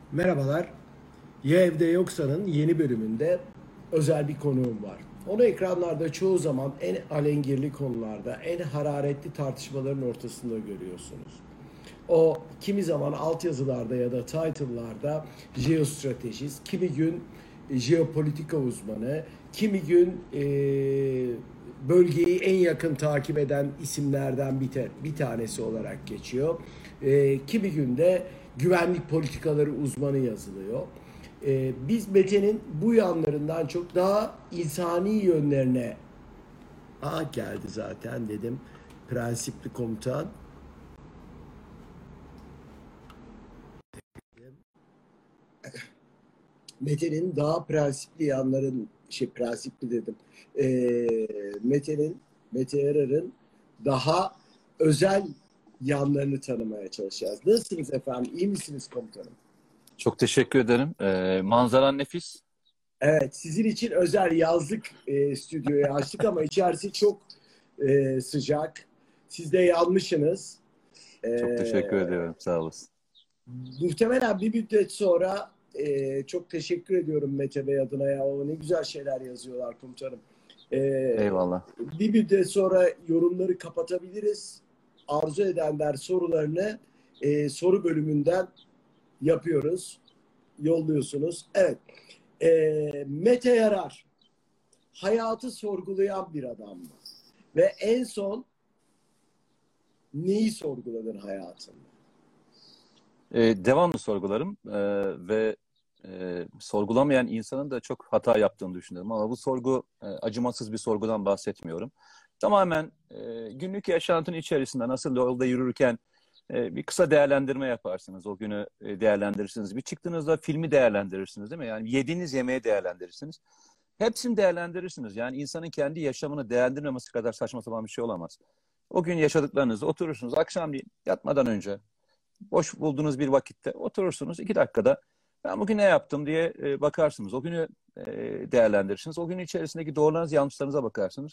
Merhabalar. Ya Evde Yoksa'nın yeni bölümünde özel bir konuğum var. Onu ekranlarda çoğu zaman en alengirli konularda, en hararetli tartışmaların ortasında görüyorsunuz. O kimi zaman altyazılarda ya da title'larda jeostratejist, kimi gün jeopolitika uzmanı, kimi gün bölgeyi en yakın takip eden isimlerden bir tanesi olarak geçiyor. Kimi günde güvenlik politikaları uzmanı yazılıyor. Biz Mete'nin bu yanlarından çok daha insani yönlerine geldi zaten dedim. Prensipli komutan. Mete'nin daha prensipli yanların prensipli dedim. Mete Yarar'ın daha özel yanlarını tanımaya çalışacağız. Nasılsınız efendim? İyi misiniz komutanım? Çok teşekkür ederim. Manzaran nefis. Evet, sizin için özel yazlık stüdyoyu açtık ama içerisi çok sıcak. Siz de yanmışsınız. E, Çok teşekkür ediyorum. Sağ olasın. Muhtemelen bir müddet sonra çok teşekkür ediyorum Mete Bey adına ya. O ne güzel şeyler yazıyorlar komutanım. E, Eyvallah. Bir müddet sonra yorumları kapatabiliriz. Arzu edenler sorularını soru bölümünden yapıyoruz. Yolluyorsunuz. Evet. Mete Yarar hayatı sorgulayan bir adam mı? Ve en son neyi sorguladın hayatında? Devamlı sorgularım ve sorgulamayan insanın da çok hata yaptığını düşünüyorum. Ama bu sorgu acımasız bir sorgudan bahsetmiyorum. Tamamen günlük yaşantının içerisinde nasıl yolda yürürken bir kısa değerlendirme yaparsınız. O günü değerlendirirsiniz. Bir çıktığınızda filmi değerlendirirsiniz değil mi? Yani yediğiniz yemeği değerlendirirsiniz. Hepsini değerlendirirsiniz. Yani insanın kendi yaşamını değerlendirmemesi kadar saçma sapan bir şey olamaz. O gün yaşadıklarınızı oturursunuz. Akşamleyin yatmadan önce boş bulduğunuz bir vakitte oturursunuz. 2 dakikada ben bugün ne yaptım diye bakarsınız. O günü değerlendirirsiniz. O gün içerisindeki doğrularınız yanlışlarınıza bakarsınız.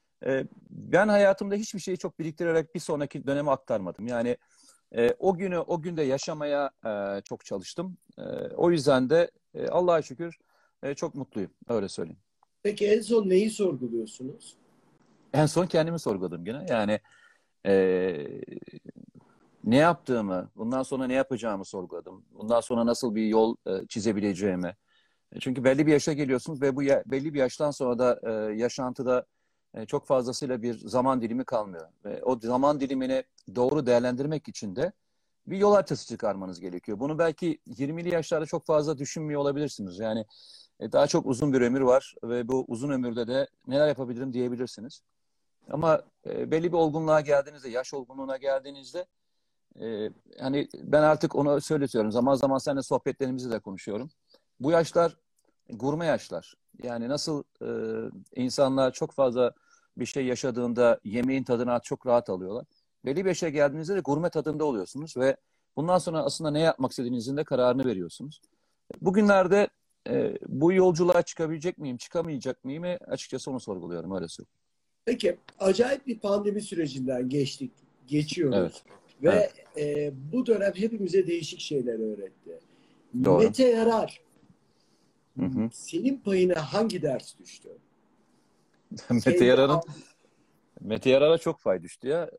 Ben hayatımda hiçbir şeyi çok biriktirerek bir sonraki döneme aktarmadım. Yani o günü o günde yaşamaya çok çalıştım. O yüzden de Allah'a şükür çok mutluyum. Öyle söyleyeyim. Peki en son neyi sorguluyorsunuz? En son kendimi sorguladım gene. Yani e, ne yaptığımı, bundan sonra ne yapacağımı sorguladım. Bundan sonra nasıl bir yol çizebileceğimi. Çünkü belli bir yaşa geliyorsunuz ve belli bir yaştan sonra da yaşantıda çok fazlasıyla bir zaman dilimi kalmıyor. Ve o zaman dilimini doğru değerlendirmek için de bir yol haritası çıkarmanız gerekiyor. Bunu belki 20'li yaşlarda çok fazla düşünmüyor olabilirsiniz. Yani daha çok uzun bir ömür var ve bu uzun ömürde de neler yapabilirim diyebilirsiniz. Ama belli bir olgunluğa geldiğinizde, yaş olgunluğuna geldiğinizde hani ben artık onu söyletiyorum. Zaman zaman seninle sohbetlerimizi de konuşuyorum. Bu yaşlar gurme yaşlar. Yani nasıl insanlar çok fazla bir şey yaşadığında yemeğin tadını çok rahat alıyorlar. Belli bir yaşa geldiğinizde de gurme tadında oluyorsunuz ve bundan sonra aslında ne yapmak istediğinizin de kararını veriyorsunuz. Bugünlerde bu yolculuğa çıkabilecek miyim, çıkamayacak mıyım? Açıkçası onu sorguluyorum öyle söyleyeyim. Peki acayip bir pandemi sürecinden Evet, geçiyoruz. Ve evet, bu dönem hepimize değişik şeyler öğretti. doğru. Mete Yarar, Hı hı. senin payına hangi ders düştü? Mete Kendi Yarar'ın Mete Yarar'a çok fay düştü ya.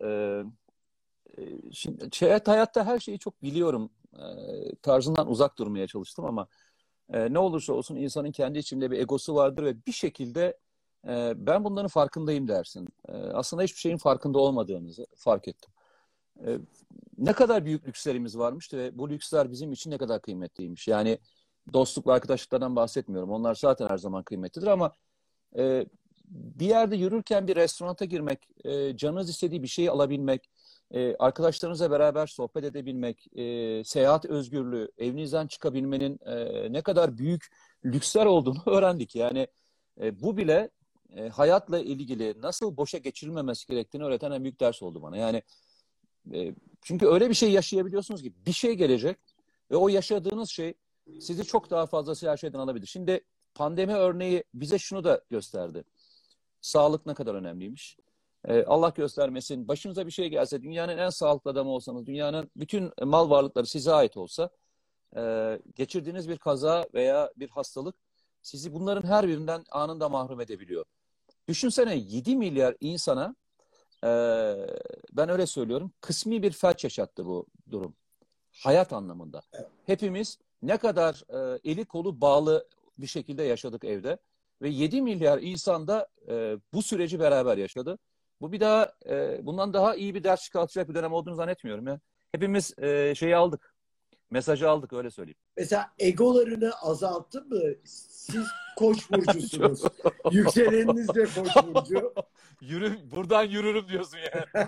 Şimdi hayatta her şeyi çok biliyorum tarzından uzak durmaya çalıştım ama ne olursa olsun insanın kendi içinde bir egosu vardır ve bir şekilde ben bunların farkındayım dersin. Aslında hiçbir şeyin farkında olmadığınızı fark ettim. E, Ne kadar büyük lükslerimiz varmış ve bu lüksler bizim için ne kadar kıymetliymiş. Yani dostluk ve arkadaşlıklardan bahsetmiyorum. Onlar zaten her zaman kıymetlidir ama e, bir yerde yürürken bir restoranta girmek, canınız istediği bir şeyi alabilmek, arkadaşlarınızla beraber sohbet edebilmek, seyahat özgürlüğü, evinizden çıkabilmenin ne kadar büyük lüksler olduğunu öğrendik. Yani bu bile hayatla ilgili nasıl boşa geçirilmemesi gerektiğini öğreten en büyük ders oldu bana. Yani e, çünkü öyle bir şey yaşayabiliyorsunuz ki bir şey gelecek ve o yaşadığınız şey sizi çok daha fazlası her şeyden alabilir. Şimdi pandemi örneği bize şunu da gösterdi. Sağlık ne kadar önemliymiş. Allah göstermesin. Başınıza bir şey gelse, dünyanın en sağlıklı adamı olsanız, dünyanın bütün mal varlıkları size ait olsa, geçirdiğiniz bir kaza veya bir hastalık sizi bunların her birinden anında mahrum edebiliyor. Düşünsene 7 milyar insana e, ben öyle söylüyorum kısmi bir felç yaşattı bu durum. Hayat anlamında. Hepimiz ne kadar eli kolu bağlı bir şekilde yaşadık evde ve 7 milyar insan da bu süreci beraber yaşadı. Bu bir daha bundan daha iyi bir ders çıkartacak bir dönem olduğunu zannetmiyorum ya. Hepimiz şeyi aldık. Mesajı aldık öyle söyleyeyim. Mesela egolarını azalttı mı? Siz Koç burcusunuz. Yükseleniniz de Koç burcu. Buradan yürürüm diyorsun yani.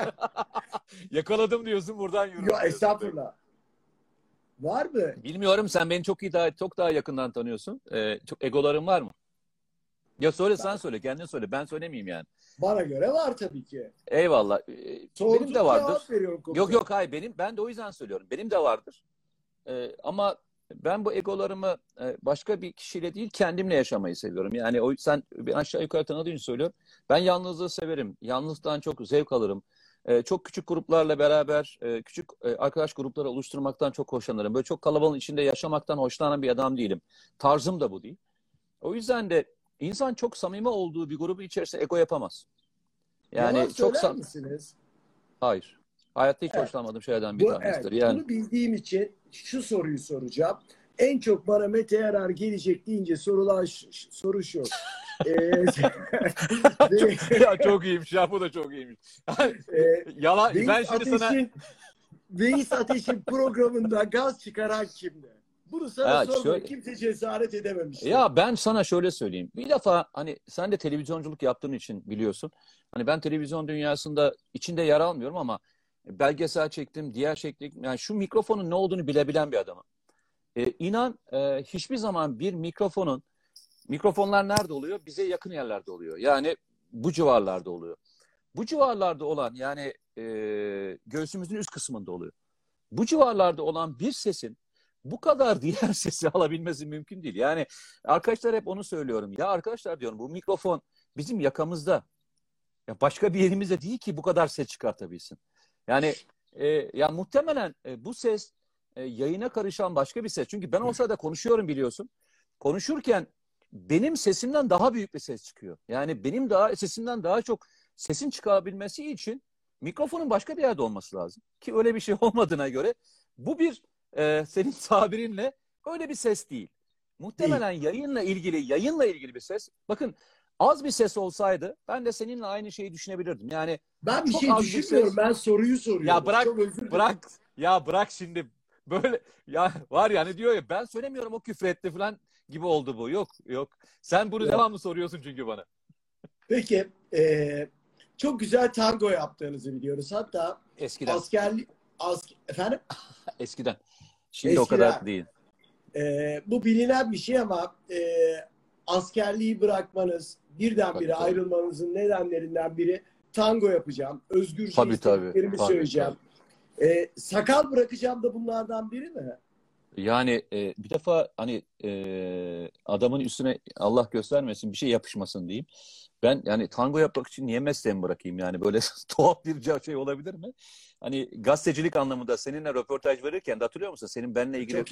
Yakaladım diyorsun buradan yürürüm Yok diyorsun. estağfurullah. Var mı? Bilmiyorum sen beni çok daha yakından tanıyorsun. Çok egoların var mı? Ya söyle sen söyle kendin söyle ben söylemeyeyim yani. Bana göre var tabii ki. Eyvallah. Benim de vardır. Cevap veriyorum Yok hayır ben de o yüzden söylüyorum. Benim de vardır. Ama ben bu egolarımı başka bir kişiyle değil kendimle yaşamayı seviyorum. Yani sen aşağı yukarı tanıdığın için söylüyorum. Ben yalnızlığı severim. Yalnızlıktan çok zevk alırım. Çok küçük gruplarla beraber küçük arkadaş grupları oluşturmaktan çok hoşlanırım. Böyle çok kalabalığın içinde yaşamaktan hoşlanan bir adam değilim. Tarzım da bu değil. O yüzden de insan çok samimi olduğu bir grubu içerisinde ego yapamaz. Yani Yalan çok söyler misiniz? Hayır. Hayatta hiç Evet. hoşlanmadığım şeylerden bir tanesidir. Evet, Yani bunu bildiğim için şu soruyu soracağım. En çok bana Mete Yarar gelecek deyince sorulan soru şu. Ee, ya çok iyiymiş ya bu da çok iyiymiş. Yalan ben şimdi sana Veys Ateş'in programında gaz çıkaran kimdi? Bunu sana sormaya kimse cesaret edememişti. Ya ben sana şöyle söyleyeyim. Bir defa hani sen de televizyonculuk yaptığın için biliyorsun. Hani ben televizyon dünyasında içinde yer almıyorum ama belgesel çektim, diğer çektim. Yani şu mikrofonun ne olduğunu bilebilen bir adamım. İnan hiçbir zaman bir mikrofonlar nerede oluyor? Bize yakın yerlerde oluyor. Yani bu civarlarda oluyor. Bu civarlarda olan yani göğsümüzün üst kısmında oluyor. Bu civarlarda olan bir sesin bu kadar diğer sesi alabilmesi mümkün değil. Yani arkadaşlar hep onu söylüyorum. Ya arkadaşlar diyorum bu mikrofon bizim yakamızda. Ya başka bir yerimizde değil ki bu kadar ses çıkartabilsin. Yani ya muhtemelen bu ses yayına karışan başka bir ses. Çünkü ben o sırada konuşuyorum biliyorsun. Konuşurken benim sesimden daha büyük bir ses çıkıyor. Yani benim sesimden daha çok sesin çıkabilmesi için mikrofonun başka bir yerde olması lazım. Ki öyle bir şey olmadığına göre bu bir senin tabirinle öyle bir ses değil. Muhtemelen yayınla ilgili bir ses. Bakın az bir ses olsaydı ben de seninle aynı şeyi düşünebilirdim. Yani ben bir şey düşünmüyorum. Ben soruyu soruyorum. Ya bırak şimdi böyle ya var yani diyor ya ben söylemiyorum o küfür etti falan gibi oldu bu. Yok. Sen bunu devamlı soruyorsun çünkü bana. Peki çok güzel tango yaptığınızı biliyoruz. Hatta eskiden. Efendim? Eskiden. Şimdi o kadar değil. Bu bilinen bir şey ama askerliği bırakmanız, birdenbire ayrılmanızın nedenlerinden biri tango yapacağım. Özgürce istediklerimi söyleyeceğim. Sakal bırakacağım da bunlardan biri mi? Yani bir defa hani adamın üstüne Allah göstermesin bir şey yapışmasın diyeyim. Ben yani tango yapmak için niye mesleğimi bırakayım yani böyle tuhaf bir şey olabilir mi? Hani gazetecilik anlamında seninle röportaj verirken de hatırlıyor musun? Senin benimle ilgili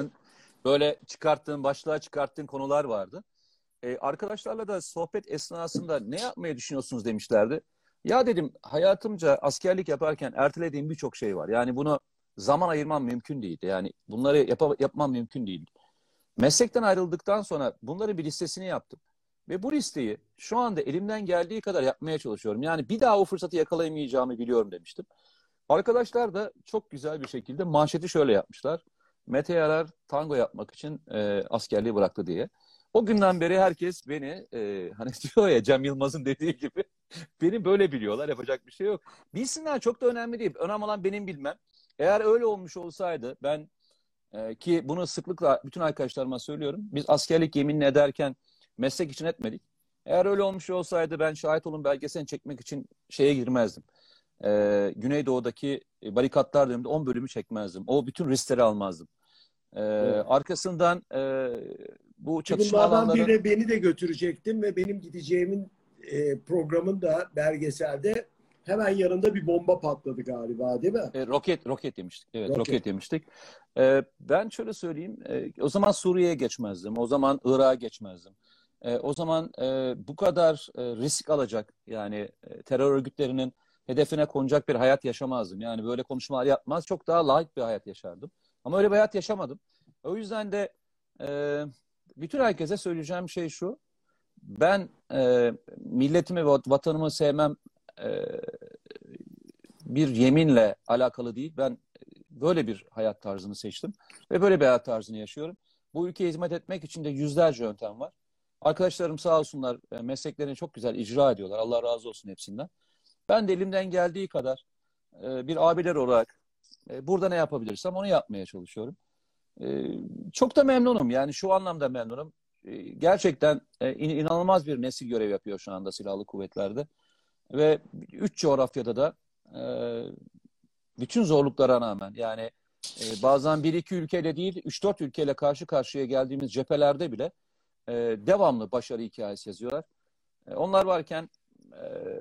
başlığa çıkarttığın konular vardı. Arkadaşlarla da sohbet esnasında ne yapmayı düşünüyorsunuz demişlerdi. Ya dedim hayatımca askerlik yaparken ertelediğim birçok şey var. Yani bunu zaman ayırmam mümkün değildi. Yani bunları yapmam mümkün değildi. Meslekten ayrıldıktan sonra bunların bir listesini yaptım. Ve bu listeyi şu anda elimden geldiği kadar yapmaya çalışıyorum. Yani bir daha o fırsatı yakalayamayacağımı biliyorum demiştim. Arkadaşlar da çok güzel bir şekilde manşeti şöyle yapmışlar. Mete Yarar tango yapmak için askerliği bıraktı diye. O günden beri herkes beni hani diyor ya Cem Yılmaz'ın dediği gibi beni böyle biliyorlar. Yapacak bir şey yok. Bilsinler çok da önemli değil. Önemli olan benim bilmem. Eğer öyle olmuş olsaydı ben ki bunu sıklıkla bütün arkadaşlarıma söylüyorum. Biz askerlik yeminini ederken meslek için etmedik. Eğer öyle olmuş olsaydı ben şahit olun belgeselini çekmek için şeye girmezdim. Güneydoğu'daki barikatlar döneminde 10 bölümü çekmezdim. O bütün riskleri almazdım. Arkasından bu çatışma alanları... Beni de götürecektim ve benim gideceğimin programında belgeselde Hemen yanında bir bomba patladı galiba, değil mi? Roket yemiştik. Evet, Roket. roket yemiştik. Ben şöyle söyleyeyim. O zaman Suriye'ye geçmezdim. O zaman Irak'a geçmezdim. O zaman bu kadar risk alacak, yani terör örgütlerinin hedefine konacak bir hayat yaşamazdım. Yani böyle konuşmalar yapmaz. Çok daha light bir hayat yaşardım. Ama öyle bir hayat yaşamadım. O yüzden de e, bütün herkese söyleyeceğim şey şu. Ben milletimi ve vatanımı sevmem e, bir yeminle alakalı değil. Ben böyle bir hayat tarzını seçtim ve böyle bir hayat tarzını yaşıyorum. Bu ülkeye hizmet etmek için de yüzlerce yöntem var. Arkadaşlarım sağ olsunlar mesleklerini çok güzel icra ediyorlar. Allah razı olsun hepsinden. Ben de elimden geldiği kadar bir abiler olarak burada ne yapabilirsem onu yapmaya çalışıyorum. E, Çok da memnunum. Yani şu anlamda memnunum. Gerçekten inanılmaz bir nesil görev yapıyor şu anda silahlı kuvvetlerde. Ve 3 coğrafyada da e, bütün zorluklara rağmen, yani bazen bir iki ülkeyle değil 3-4 ülkeyle karşı karşıya geldiğimiz cephelerde bile devamlı başarı hikayesi yazıyorlar. Onlar varken e,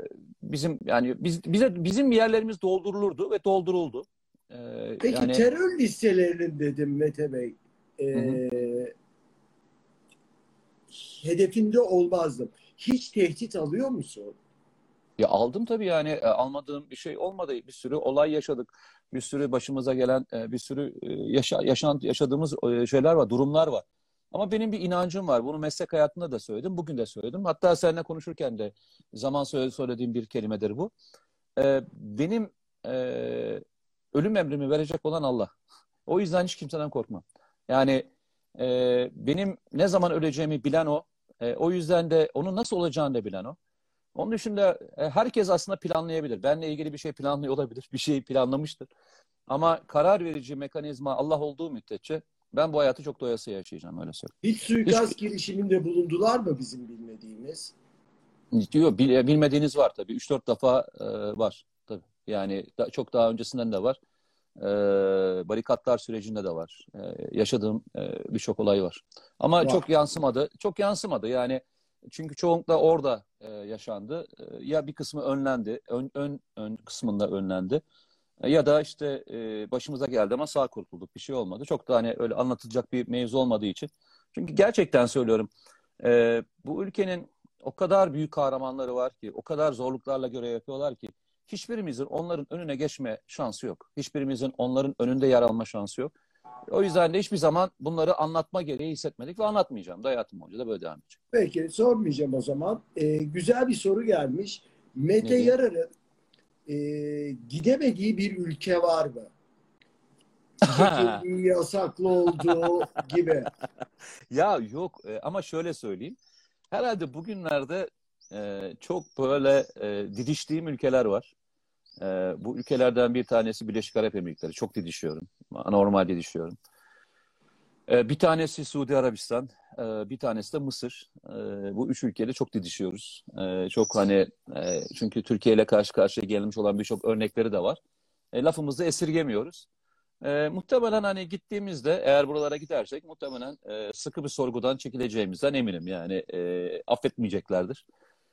bizim yerlerimiz doldurulurdu ve dolduruldu. E, Peki yani terör listelerinin dedim Mete Bey. hı hı. Ee, Hedefinde olmazdım. Hiç tehdit alıyor musun? Ya aldım tabii, yani almadığım bir şey olmadı. Bir sürü olay yaşadık. Bir sürü başımıza gelen bir sürü yaşadığımız şeyler var, durumlar var. Ama benim bir inancım var. Bunu meslek hayatında da söyledim, bugün de söyledim. Hatta seninle konuşurken de söylediğim bir kelimedir bu. Benim ölüm emrimi verecek olan Allah. O yüzden hiç kimseden korkmam. Yani benim ne zaman öleceğimi bilen o. O yüzden de onun nasıl olacağını da bilen o. Onun dışında herkes aslında planlayabilir. Benle ilgili bir şey planlıyor olabilir. Bir şey planlamıştır. Ama karar verici mekanizma Allah olduğu müddetçe ben bu hayatı çok doyasıya yaşayacağım, öyle söyleyeyim. Hiç Hiç suikast girişiminde bulundular mı bizim bilmediğimiz? diyor, bilmediğiniz var tabii. 3-4 defa var tabii. Yani çok daha öncesinden de var. Barikatlar sürecinde de var. Yaşadığım birçok olay var. Ama Var. çok yansımadı. Çok yansımadı. Yani çünkü çoğunlukla orada yaşandı. Ya bir kısmı önlendi. Ön kısmında önlendi. Ya da işte başımıza geldi ama sağ kurtulduk. Bir şey olmadı. Çok da hani öyle anlatılacak bir mevzu olmadığı için. Çünkü gerçekten söylüyorum. Bu ülkenin o kadar büyük kahramanları var ki, o kadar zorluklarla görev yapıyorlar ki, hiçbirimizin onların önüne geçme şansı yok. Hiçbirimizin onların önünde yer alma şansı yok. O yüzden de hiçbir zaman bunları anlatma gereği hissetmedik ve anlatmayacağım da, hayatım boyunca da böyle devam edecek. Peki sormayacağım o zaman. Güzel bir soru gelmiş. Mete Ne diye? Yarar'ın gidemediği bir ülke var mı? Çekildiği, yasaklı olduğu gibi. Ya yok, ama şöyle söyleyeyim. Herhalde bugünlerde çok böyle didiştiğim ülkeler var. Bu ülkelerden bir tanesi Birleşik Arap Emirlikleri. Çok didişiyorum. Normal didişiyorum. Bir tanesi Suudi Arabistan, bir tanesi de Mısır. Bu üç ülkeyle çok didişiyoruz. Çok hani çünkü Türkiye ile karşı karşıya gelmiş olan birçok örnekleri de var. Lafımızı esirgemiyoruz. Muhtemelen hani gittiğimizde, eğer buralara gidersek, muhtemelen sıkı bir sorgudan çekileceğimizden eminim. Yani affetmeyeceklerdir.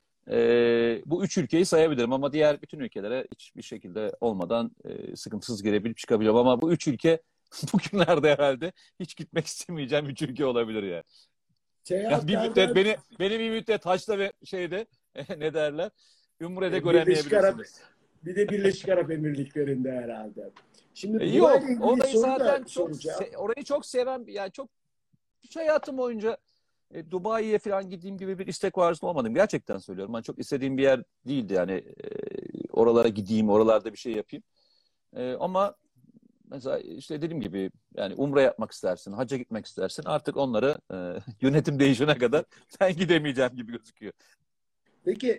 Bu üç ülkeyi sayabilirim ama diğer bütün ülkelere hiçbir şekilde olmadan sıkıntısız girebilip çıkabiliyorum. Ama bu üç ülke bugünlerde herhalde hiç gitmek istemeyeceğim üç ülke olabilir yani. Ya bir müddet Seyahatlerden beni bir müddet Haç'ta ve şeyde ne derler? Ümre'de Birleşik Arap, göremeyebilirsiniz. bir de Birleşik Arap Emirlikleri'nde herhalde. Şimdi burayla Yok, ilgili orayı soru da zaten soracağım. orayı çok seven, yani çok hiç hayatım boyunca Dubai'ye falan gideyim gibi bir istek varsa olmadım. Gerçekten söylüyorum. Ben çok istediğim bir yer değildi yani, oralara gideyim, oralarda bir şey yapayım. Ama mesela işte dediğim gibi, yani umre yapmak istersin, hacca gitmek istersin. Artık onları yönetim değişene kadar ben gidemeyeceğim gibi gözüküyor. Peki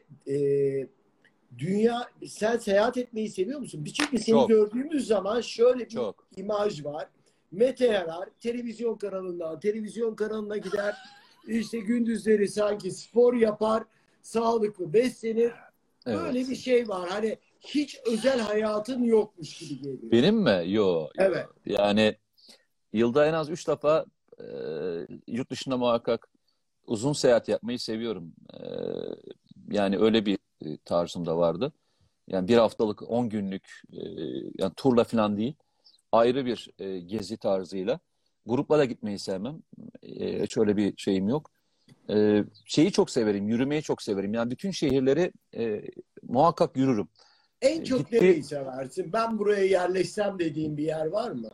sen seyahat etmeyi seviyor musun? Çünkü seni Çok, gördüğümüz zaman şöyle bir çok. imaj var. Mete Yarar televizyon kanalından televizyon kanalına gider. İşte gündüzleri sanki spor yapar, sağlıklı beslenir. Böyle bir Evet. şey var. Hani hiç özel hayatın yokmuş gibi geliyor. Benim mi? Yo, yo. Evet. Yani yılda en az 3 defa yurt dışında muhakkak uzun seyahat yapmayı seviyorum. Yani öyle bir tarzım da vardı. Yani bir haftalık, 10 günlük yani turla falan değil. Ayrı bir gezi tarzıyla. Grupla da gitmeyi sevmem. Hiç öyle bir şeyim yok. Şeyi çok severim, yürümeyi çok severim. Yani bütün şehirleri muhakkak yürürüm. En çok Gitti. nereyi seversin? Ben buraya yerleşsem dediğin bir yer var mı?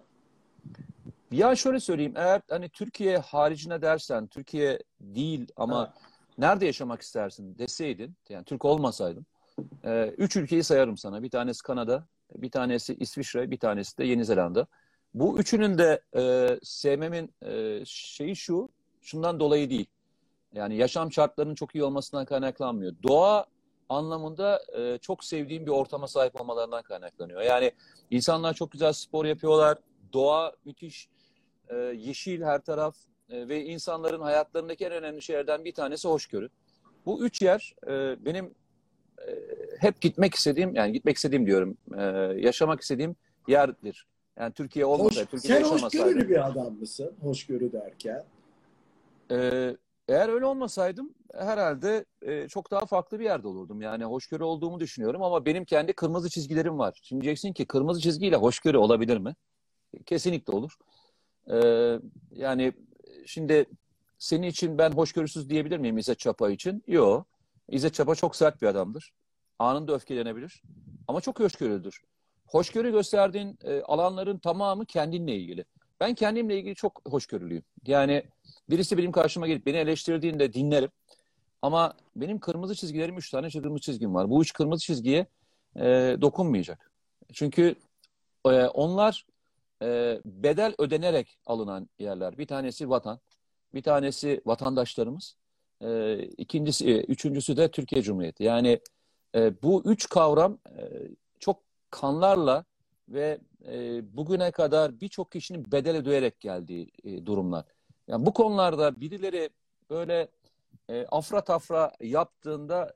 Ya şöyle söyleyeyim, eğer hani Türkiye haricine dersen, Türkiye değil ama Ha. nerede yaşamak istersin deseydin, yani Türk olmasaydın, üç ülkeyi sayarım sana. Bir tanesi Kanada, bir tanesi İsviçre, bir tanesi de Yeni Zelanda. Bu üçünün de sevmemin şeyi şu, şundan dolayı değil. Yani yaşam şartlarının çok iyi olmasından kaynaklanmıyor. Doğa anlamında çok sevdiğim bir ortama sahip olmalarından kaynaklanıyor. Yani insanlar çok güzel spor yapıyorlar. Doğa müthiş, yeşil her taraf ve insanların hayatlarındaki en önemli şeylerden bir tanesi hoşgörü. Bu üç yer benim hep gitmek istediğim, yani gitmek istediğim diyorum, yaşamak istediğim yerdir. Yani Türkiye olmasaydı, Türkiye'de Sen yaşamasaydım, hoşgörülü bir adam mısın? Hoşgörü derken. eğer öyle olmasaydım herhalde çok daha farklı bir yerde olurdum. Yani hoşgörü olduğumu düşünüyorum ama benim kendi kırmızı çizgilerim var. Şimdi diyeceksin ki kırmızı çizgiyle hoşgörü olabilir mi? Kesinlikle olur. Yani şimdi senin için ben hoşgörüsüz diyebilir miyim İzzet Çapa için? Yok. İzzet Çapa çok sert bir adamdır. Anında öfkelenebilir. Ama çok hoşgörülüdür. Hoşgörü gösterdiğin alanların tamamı kendinle ilgili. Ben kendimle ilgili çok hoşgörülüyüm. Yani birisi benim karşıma gelip beni eleştirdiğinde dinlerim. Ama benim kırmızı çizgilerim, üç tane kırmızı çizgim var. Bu üç kırmızı çizgiye dokunmayacak. Çünkü onlar bedel ödenerek alınan yerler. Bir tanesi vatan, bir tanesi vatandaşlarımız, üçüncüsü de Türkiye Cumhuriyeti. Yani bu üç kavram çok kanlarla ve bugüne kadar birçok kişinin bedel ödeyerek geldiği durumlar. Yani bu konularda birileri böyle afra tafra yaptığında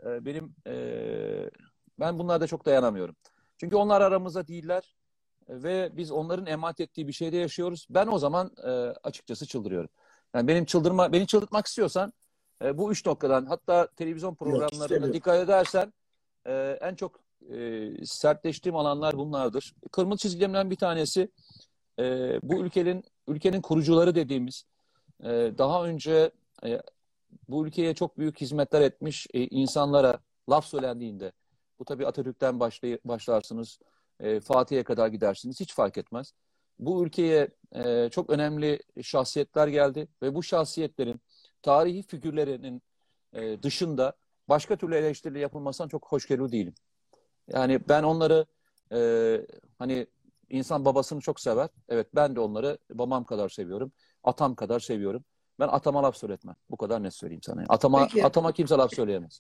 ben bunlarda çok dayanamıyorum. Çünkü onlar aramızda değiller ve biz onların emanet ettiği bir şeyde yaşıyoruz. Ben o zaman açıkçası çıldırıyorum. Yani beni çıldırtmak istiyorsan bu üç noktadan, hatta televizyon Yok, programlarında istemiyorum. dikkat edersen en çok sertleştiğim alanlar bunlardır. Kırmızı çizgilerimden bir tanesi bu ülkenin kurucuları dediğimiz daha önce e, bu ülkeye çok büyük hizmetler etmiş insanlara laf söylendiğinde, bu tabii Atatürk'ten başlarsınız, Fatih'e kadar gidersiniz, hiç fark etmez. Bu ülkeye çok önemli şahsiyetler geldi ve bu şahsiyetlerin tarihi figürlerinin dışında başka türlü eleştiri yapılmasından çok hoşgörülü değilim. Yani ben onları e, hani insan babasını çok sever. Evet, ben de onları babam kadar seviyorum. Atam kadar seviyorum. Ben atama laf söyletmem. Bu kadar net söyleyeyim sana. Peki, Atama kimse laf söyleyemez.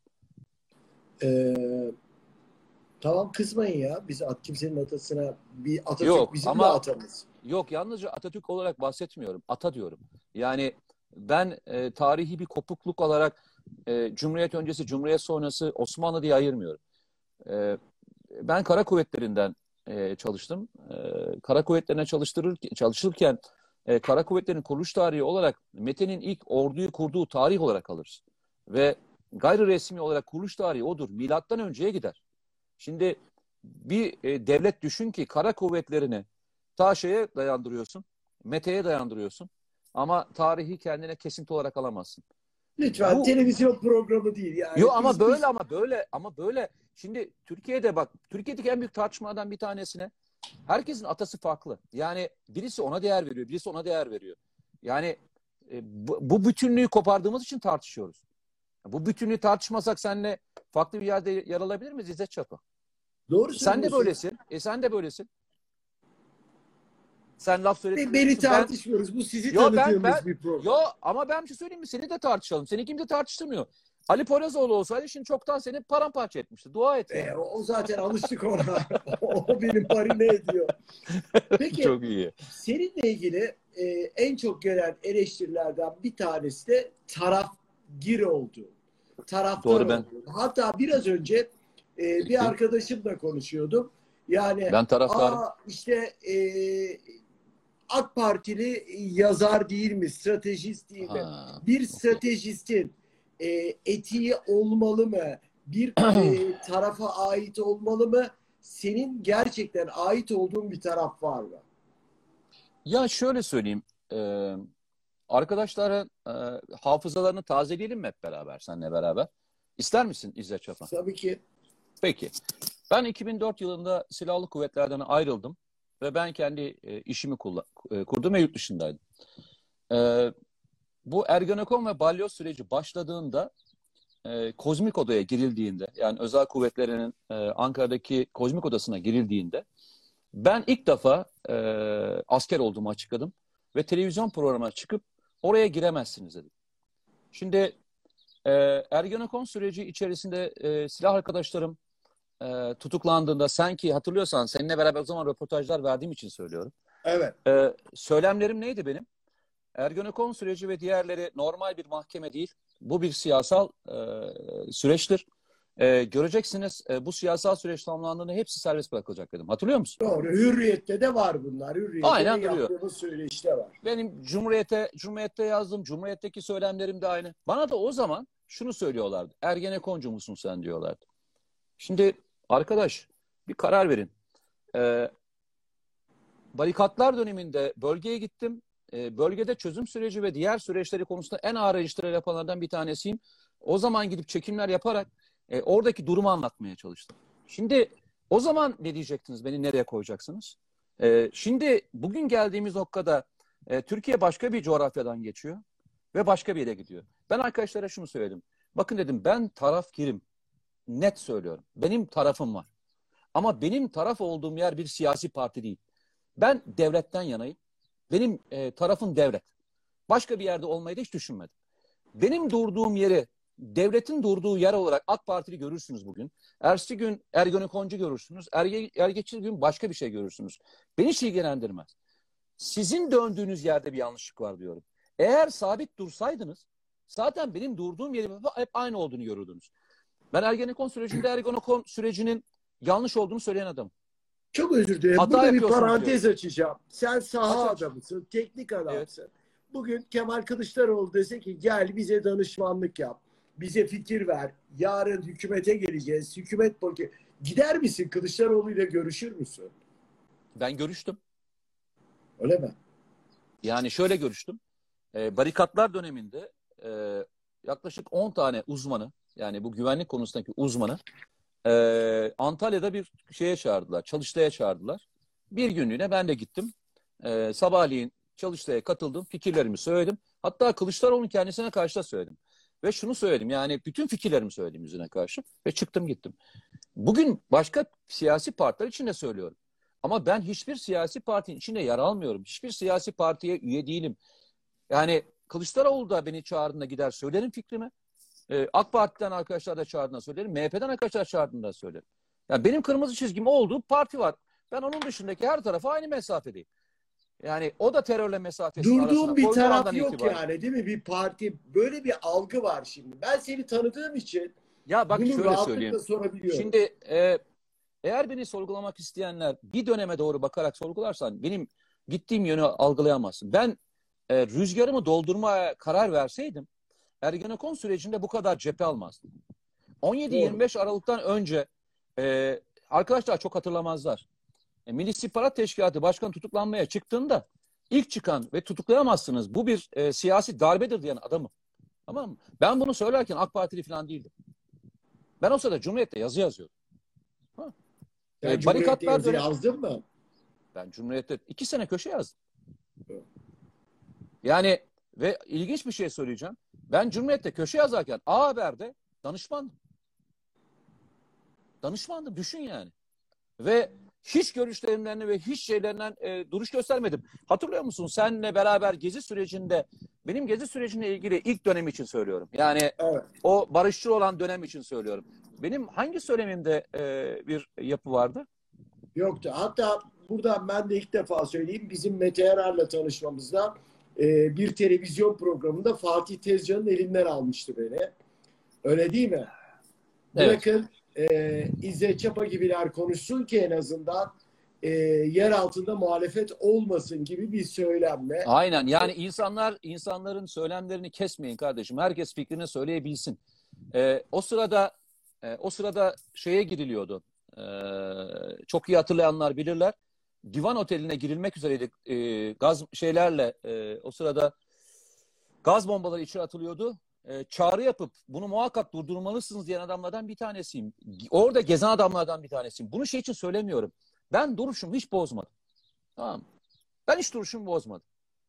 e, tamam kızmayın ya. Biz kimsenin atasına bir Atatürk Yok bizim de ama atamız. yok, yalnızca Atatürk olarak bahsetmiyorum. Ata diyorum. Yani ben tarihi bir kopukluk olarak Cumhuriyet öncesi, Cumhuriyet sonrası Osmanlı diye ayırmıyorum. E, Ben kara kuvvetlerinden çalıştım. Kara kuvvetlerine çalışırken kara kuvvetlerin kuruluş tarihi olarak Mete'nin ilk orduyu kurduğu tarih olarak alırız. Ve gayri resmi olarak kuruluş tarihi odur. Milattan önceye gider. Şimdi bir devlet düşün ki kara kuvvetlerini ta şeye dayandırıyorsun, Mete'ye dayandırıyorsun ama tarihi kendine kesinti olarak alamazsın. Lütfen Bu televizyon programı değil Yo yani. ama Biz böyle ama böyle ama böyle. Şimdi Türkiye'de bak, Türkiye'deki en büyük tartışmalardan bir tanesine, herkesin atası farklı. Yani birisi ona değer veriyor, birisi ona değer veriyor. Yani bu bütünlüğü kopardığımız için tartışıyoruz. Bu bütünlüğü tartışmasak seninle farklı bir yerde yer alabilir miyiz İzzet Çapa? doğru Sen de söylüyorsun. böylesin. Sen de böylesin. Sen laf Beni söyletmiyorsun. tartışmıyoruz. Bu sizi Yo ben ben tanıdığımız bir yo program. ama ben bir şey söyleyeyim mi? Seni de tartışalım. Seni kimse tartıştırmıyor. Ali Poyrazoğlu olsaydı şimdi çoktan seni paramparça etmişti. Dua et ya. O zaten alıştık ona. O benim marine ediyor. Peki Çok iyi. seninle ilgili en çok gelen eleştirilerden bir tanesi de tarafgir olduğu. Taraftar Doğru ben. olduğu. Hatta biraz önce bir arkadaşımla konuşuyordum. Yani Ben taraftarım. işte AK Partili yazar değil mi, stratejist değil mi? Ha, Bir okey. stratejistin etiği olmalı mı? bir tarafa ait olmalı mı? Senin gerçekten ait olduğun bir taraf var mı? Ya şöyle söyleyeyim. Arkadaşlara hafızalarını tazeleyelim mi hep beraber, seninle beraber? İster misin İzzet Çapan? Tabii ki. Peki. Ben 2004 yılında Silahlı Kuvvetlerden ayrıldım ve ben kendi işimi kurdum ve yurt dışındaydım. E, Bu Ergenekon ve balyoz süreci başladığında, Kozmik Oda'ya girildiğinde, yani özel kuvvetlerinin Ankara'daki Kozmik Odası'na girildiğinde ben ilk defa asker olduğumu açıkladım ve televizyon programına çıkıp oraya giremezsiniz dedim. Şimdi Ergenekon süreci içerisinde silah arkadaşlarım tutuklandığında, sen ki hatırlıyorsan seninle beraber o zaman röportajlar verdiğim için söylüyorum. Evet. Söylemlerim neydi benim? Ergenekon süreci ve diğerleri normal bir mahkeme değil. Bu bir siyasal süreçtir. Göreceksiniz bu siyasal süreç tamamlandığında hepsi serbest bırakılacak dedim. Hatırlıyor musun? Doğru. Hürriyette de var bunlar. Hürriyette Aynen de duruyor. yaptığımız söyleşte var. Benim Cumhuriyet'te yazdım. Cumhuriyet'teki söylemlerim de aynı. Bana da o zaman şunu söylüyorlardı. Ergenekoncu musun sen diyorlardı. Şimdi arkadaş bir karar verin. Barikatlar döneminde bölgeye gittim. Bölgede çözüm süreci ve diğer süreçleri konusunda en ağır eleştiri yapanlardan bir tanesiyim. O zaman gidip çekimler yaparak oradaki durumu anlatmaya çalıştım. Şimdi o zaman ne diyecektiniz? Beni nereye koyacaksınız? Şimdi bugün geldiğimiz noktada Türkiye başka bir coğrafyadan geçiyor ve başka bir yere gidiyor. Ben arkadaşlara şunu söyledim. Bakın dedim, ben tarafkirim. Net söylüyorum. Benim tarafım var. Ama benim taraf olduğum yer bir siyasi parti değil. Ben devletten yanayım. Benim tarafım devlet. Başka bir yerde olmayı da hiç düşünmedim. Benim durduğum yeri devletin durduğu yer olarak AK Partili görürsünüz bugün. Ertesi gün Ergenekoncu görürsünüz. Ergeçli gün başka bir şey görürsünüz. Beni hiç ilgilendirmez. Sizin döndüğünüz yerde bir yanlışlık var diyorum. Eğer sabit dursaydınız zaten benim durduğum yerin hep aynı olduğunu görürdünüz. Ben Ergenekon sürecinde Ergenekon sürecinin yanlış olduğunu söyleyen adamım. Çok özür dilerim. Hata Burada bir yapıyorsunuz parantez diyorum. açacağım. Sen saha Aç. adamısın, teknik adamsın. Evet. Bugün Kemal Kılıçdaroğlu dese ki gel bize danışmanlık yap. Bize fikir ver. Yarın hükümete geleceğiz. Hükümet bakıyor. Gider misin? Kılıçdaroğlu ile görüşür müsün? Ben görüştüm. Öyle mi? Yani şöyle görüştüm. Barikatlar döneminde yaklaşık 10 tane uzmanı, yani bu güvenlik konusundaki uzmanı Antalya'da bir şeye çağırdılar. Çalıştay'a çağırdılar. Bir günlüğüne ben de gittim. Sabahleyin Çalıştay'a katıldım. Fikirlerimi söyledim. Hatta Kılıçdaroğlu'nun kendisine karşı da söyledim. Ve şunu söyledim. Yani bütün fikirlerimi söyledim yüzüne karşı. Ve çıktım gittim. Bugün başka siyasi partiler için de söylüyorum. Ama ben hiçbir siyasi partinin içinde yer almıyorum. Hiçbir siyasi partiye üye değilim. Yani Kılıçdaroğlu da beni çağırdığında gider söylerim fikrimi. AK Parti'den arkadaşlar da çağırdığında söylerim. MHP'den arkadaşlar çağırdığında söylerim. Yani benim kırmızı çizgim olduğu parti var. Ben onun dışındaki her tarafa aynı mesafedeyim. Yani o da terörle mesafesinin arasına Durduğun bir koyduğu taraf andan yok itibaren. yani değil mi? Bir parti böyle bir algı var şimdi. Ben seni tanıdığım için Ya bak bunu şöyle rahatlıkla söyleyeyim. sorabiliyorum. Şimdi eğer beni sorgulamak isteyenler bir döneme doğru bakarak sorgularsan benim gittiğim yönü algılayamazsın. Ben rüzgarımı doldurmaya karar verseydim Ergenekon sürecinde bu kadar cephe almazdım. Doğru. 17-25 Aralık'tan önce arkadaşlar çok hatırlamazlar. Milli İstihbarat Teşkilatı Başkanı tutuklanmaya çıktığında ilk çıkan ve tutuklayamazsınız, bu bir siyasi darbedir diyen adamım. Tamam mı? Ben bunu söylerken AK Partili falan değildim. Ben o sırada Cumhuriyet'te yazı yazıyordum. Ha. Sen Cumhuriyet'te Barikatlar yazı dönemi. yazdın mı? Ben Cumhuriyet'te 2 sene köşe yazdım. Evet. Yani ve ilginç bir şey söyleyeceğim. Ben Cumhuriyet'te köşe yazarken A Haber'de danışmandım. Danışmandım, düşün yani. Ve hiç görüşlerimden ve hiç şeylerinden duruş göstermedim. Hatırlıyor musun? Seninle beraber gezi sürecinde, benim gezi sürecine ilgili ilk dönem için söylüyorum. Yani Evet. o barışçıl olan dönem için söylüyorum. Benim hangi söylemimde bir yapı vardı? Yoktu. Hatta buradan ben de ilk defa söyleyeyim. Bizim Mete Yarar'la tanışmamızda bir televizyon programında Fatih Tezcan'ın elinden almıştı beni. Öyle değil mi? Evet. Bırakın İzzet Çapa gibiler konuşsun ki en azından yer altında muhalefet olmasın gibi bir söylemle. Aynen. Yani insanların söylemlerini kesmeyin kardeşim. Herkes fikrini söyleyebilsin. O sırada o sırada şeye giriliyordu. Çok iyi hatırlayanlar bilirler. Divan Oteli'ne girilmek üzereydi. Gaz şeylerle o sırada gaz bombaları içeri atılıyordu. Çağrı yapıp bunu muhakkak durdurmalısınız diyen adamlardan bir tanesiyim. Orada gezen adamlardan bir tanesiyim. Bunu şey için söylemiyorum. Ben duruşumu hiç bozmadım. Tamam mı? Ben hiç duruşumu bozmadım.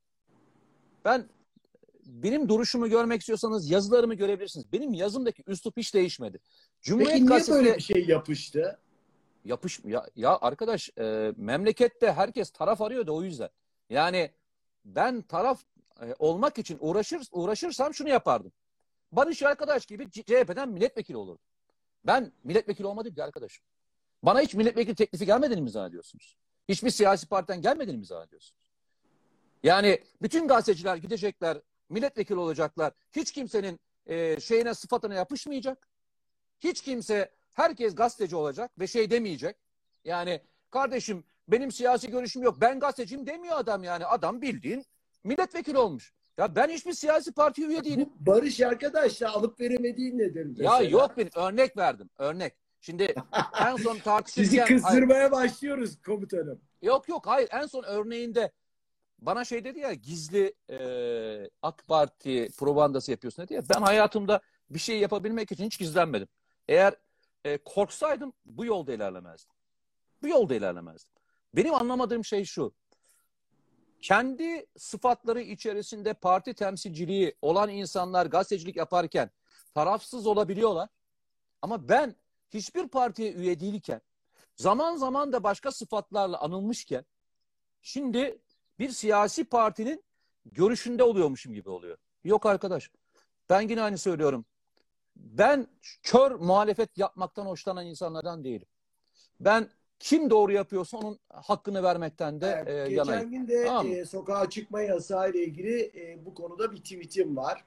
Benim duruşumu görmek istiyorsanız yazılarımı görebilirsiniz. Benim yazımdaki üslup hiç değişmedi. Cumhuriyet Peki niye böyle Gazetesi'nde bir şey yapıştı? ya arkadaş, memlekette herkes taraf arıyordu o yüzden. Yani ben taraf olmak için uğraşırsam şunu yapardım. Barış Arkadaş gibi CHP'den milletvekili olurdu. Ben milletvekili olmadım ki arkadaşım. Bana hiç milletvekili teklifi gelmediğini mi zannediyorsunuz? Hiçbir siyasi partiden gelmediğini mi zannediyorsunuz? Yani bütün gazeteciler gidecekler, milletvekili olacaklar. Hiç kimsenin şeyine, sıfatına yapışmayacak. Hiç kimse, herkes gazeteci olacak ve şey demeyecek. Yani kardeşim benim siyasi görüşüm yok, ben gazeteciyim demiyor adam yani. Adam bildiğin milletvekili olmuş. Ya ben hiçbir siyasi parti üye değilim. Bu Barış arkadaşla alıp veremediğin nedir Ya mesela? yok, bir örnek verdim. Örnek. Şimdi en son Sizi tartışırken... kızdırmaya başlıyoruz komutanım. Yok, hayır, en son örneğinde bana şey dedi ya, gizli AK Parti propagandası yapıyorsun dedi ya. Ben hayatımda bir şey yapabilmek için hiç gizlenmedim. Eğer korksaydım bu yolda ilerlemezdim. Bu yolda ilerlemezdim. Benim anlamadığım şey şu. Kendi sıfatları içerisinde parti temsilciliği olan insanlar gazetecilik yaparken tarafsız olabiliyorlar. Ama ben hiçbir partiye üye değilken, zaman zaman da başka sıfatlarla anılmışken, şimdi bir siyasi partinin görüşünde oluyormuşum gibi oluyor. Yok arkadaş. Ben yine aynı söylüyorum. Ben kör muhalefet yapmaktan hoşlanan insanlardan değilim. Ben kim doğru yapıyorsa onun hakkını vermekten de Geçen yanayım. gün de Tamam mı? sokağa çıkma yasağı ile ilgili bu konuda bir tweetim var.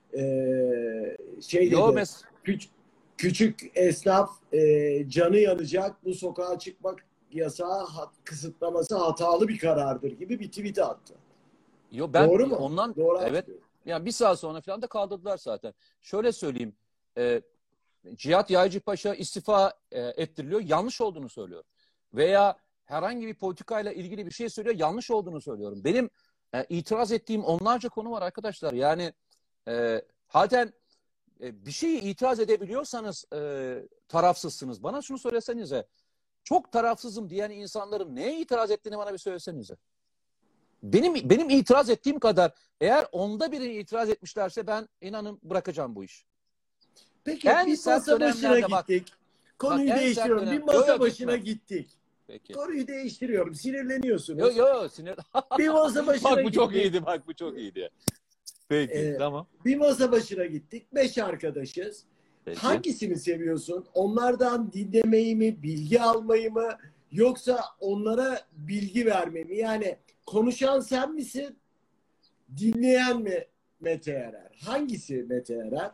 Şey Yo, dedi, küçük esnaf canı yanacak, bu sokağa çıkmak yasağı kısıtlaması hatalı bir karardır gibi bir tweet attı. Ben Doğru mu? ondan Doğru evet. hatırlıyorum. Yani bir saat sonra falan da kaldırdılar zaten. Şöyle söyleyeyim. E, Cihat Yaycıpaşa istifa ettiriliyor. Yanlış olduğunu söylüyor. Veya herhangi bir politikayla ilgili bir şey söylüyor. Yanlış olduğunu söylüyorum. Benim itiraz ettiğim onlarca konu var arkadaşlar. Yani zaten bir şeyi itiraz edebiliyorsanız tarafsızsınız. Bana şunu söylesenize. Çok tarafsızım diyen insanların neye itiraz ettiğini bana bir söylesenize. Benim itiraz ettiğim kadar eğer onda birini itiraz etmişlerse ben inanın bırakacağım bu işi. Peki En bir sert masa başına dönemlerde gittik. Konuyu en sert değiştiriyorum. dönem. Bir masa başına Gitme. gittik. Peki. Konuyu değiştiriyorum. Sinirleniyorsunuz. Sinir. Bir masa başına Bak bu çok gittik. iyiydi, bak bu çok iyiydi. Peki, tamam. Bir masa başına gittik. 5 arkadaşız. Peki. Hangisini seviyorsun? Onlardan dinlemeyi mi, bilgi almayı mı, yoksa onlara bilgi vermeyi mi? Yani konuşan sen misin? Dinleyen mi Mete Erer? Hangisi Mete Erer?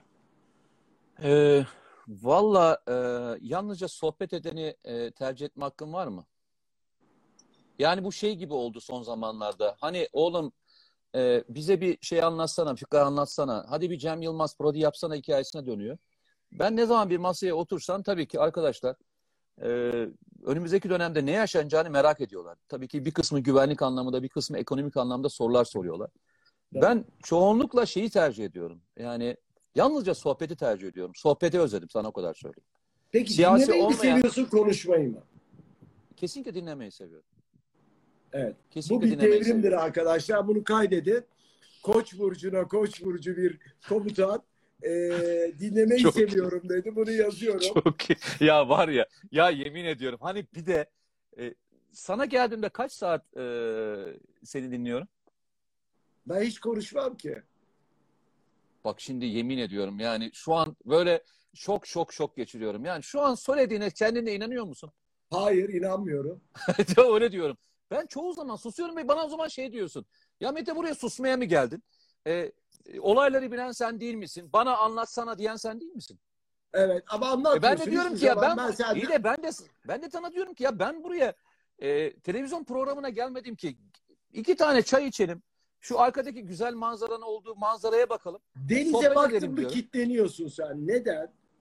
Valla yalnızca sohbet edeni tercih etme hakkın var mı? Yani bu şey gibi oldu son zamanlarda. Hani oğlum bize bir şey anlatsana, fıkra anlatsana. Hadi bir Cem Yılmaz parodi yapsana hikayesine dönüyor. Ben ne zaman bir masaya otursam tabii ki arkadaşlar önümüzdeki dönemde ne yaşanacağını merak ediyorlar. Tabii ki bir kısmı güvenlik anlamında, bir kısmı ekonomik anlamda sorular soruyorlar. Evet. Ben çoğunlukla şeyi tercih ediyorum. Yani yalnızca sohbeti tercih ediyorum. Sohbeti özledim, sana o kadar söyleyeyim. Peki siyasi dinlemeyi mi seviyorsun, konuşmayı mı? Kesinlikle dinlemeyi seviyorum. Evet. Kesinlikle bu bir devrimdir arkadaşlar. Bunu kaydedin. Koç burcu bir komutan dinlemeyi çok seviyorum dedi. Bunu yazıyorum. Çok iyi. Ya var ya yemin ediyorum. Hani bir de sana geldiğimde kaç saat seni dinliyorum? Ben hiç konuşmam ki. Bak şimdi yemin ediyorum yani şu an böyle şok geçiriyorum. Yani şu an söylediğine kendine inanıyor musun? Hayır, inanmıyorum. Öyle diyorum. Ben çoğu zaman susuyorum ve bana o zaman şey diyorsun. Ya Mete, buraya susmaya mı geldin? Olayları bilen sen değil misin? Bana anlatsana diyen sen değil misin? Evet, ama anlatmıyorsun. Ben de diyorum ki ya ben de sana diyorum ki ya ben buraya televizyon programına gelmedim ki. 2 tane çay içelim. Şu arkadaki güzel manzaranın olduğu manzaraya bakalım. Denize baktın mı kilitleniyorsun sen. Neden?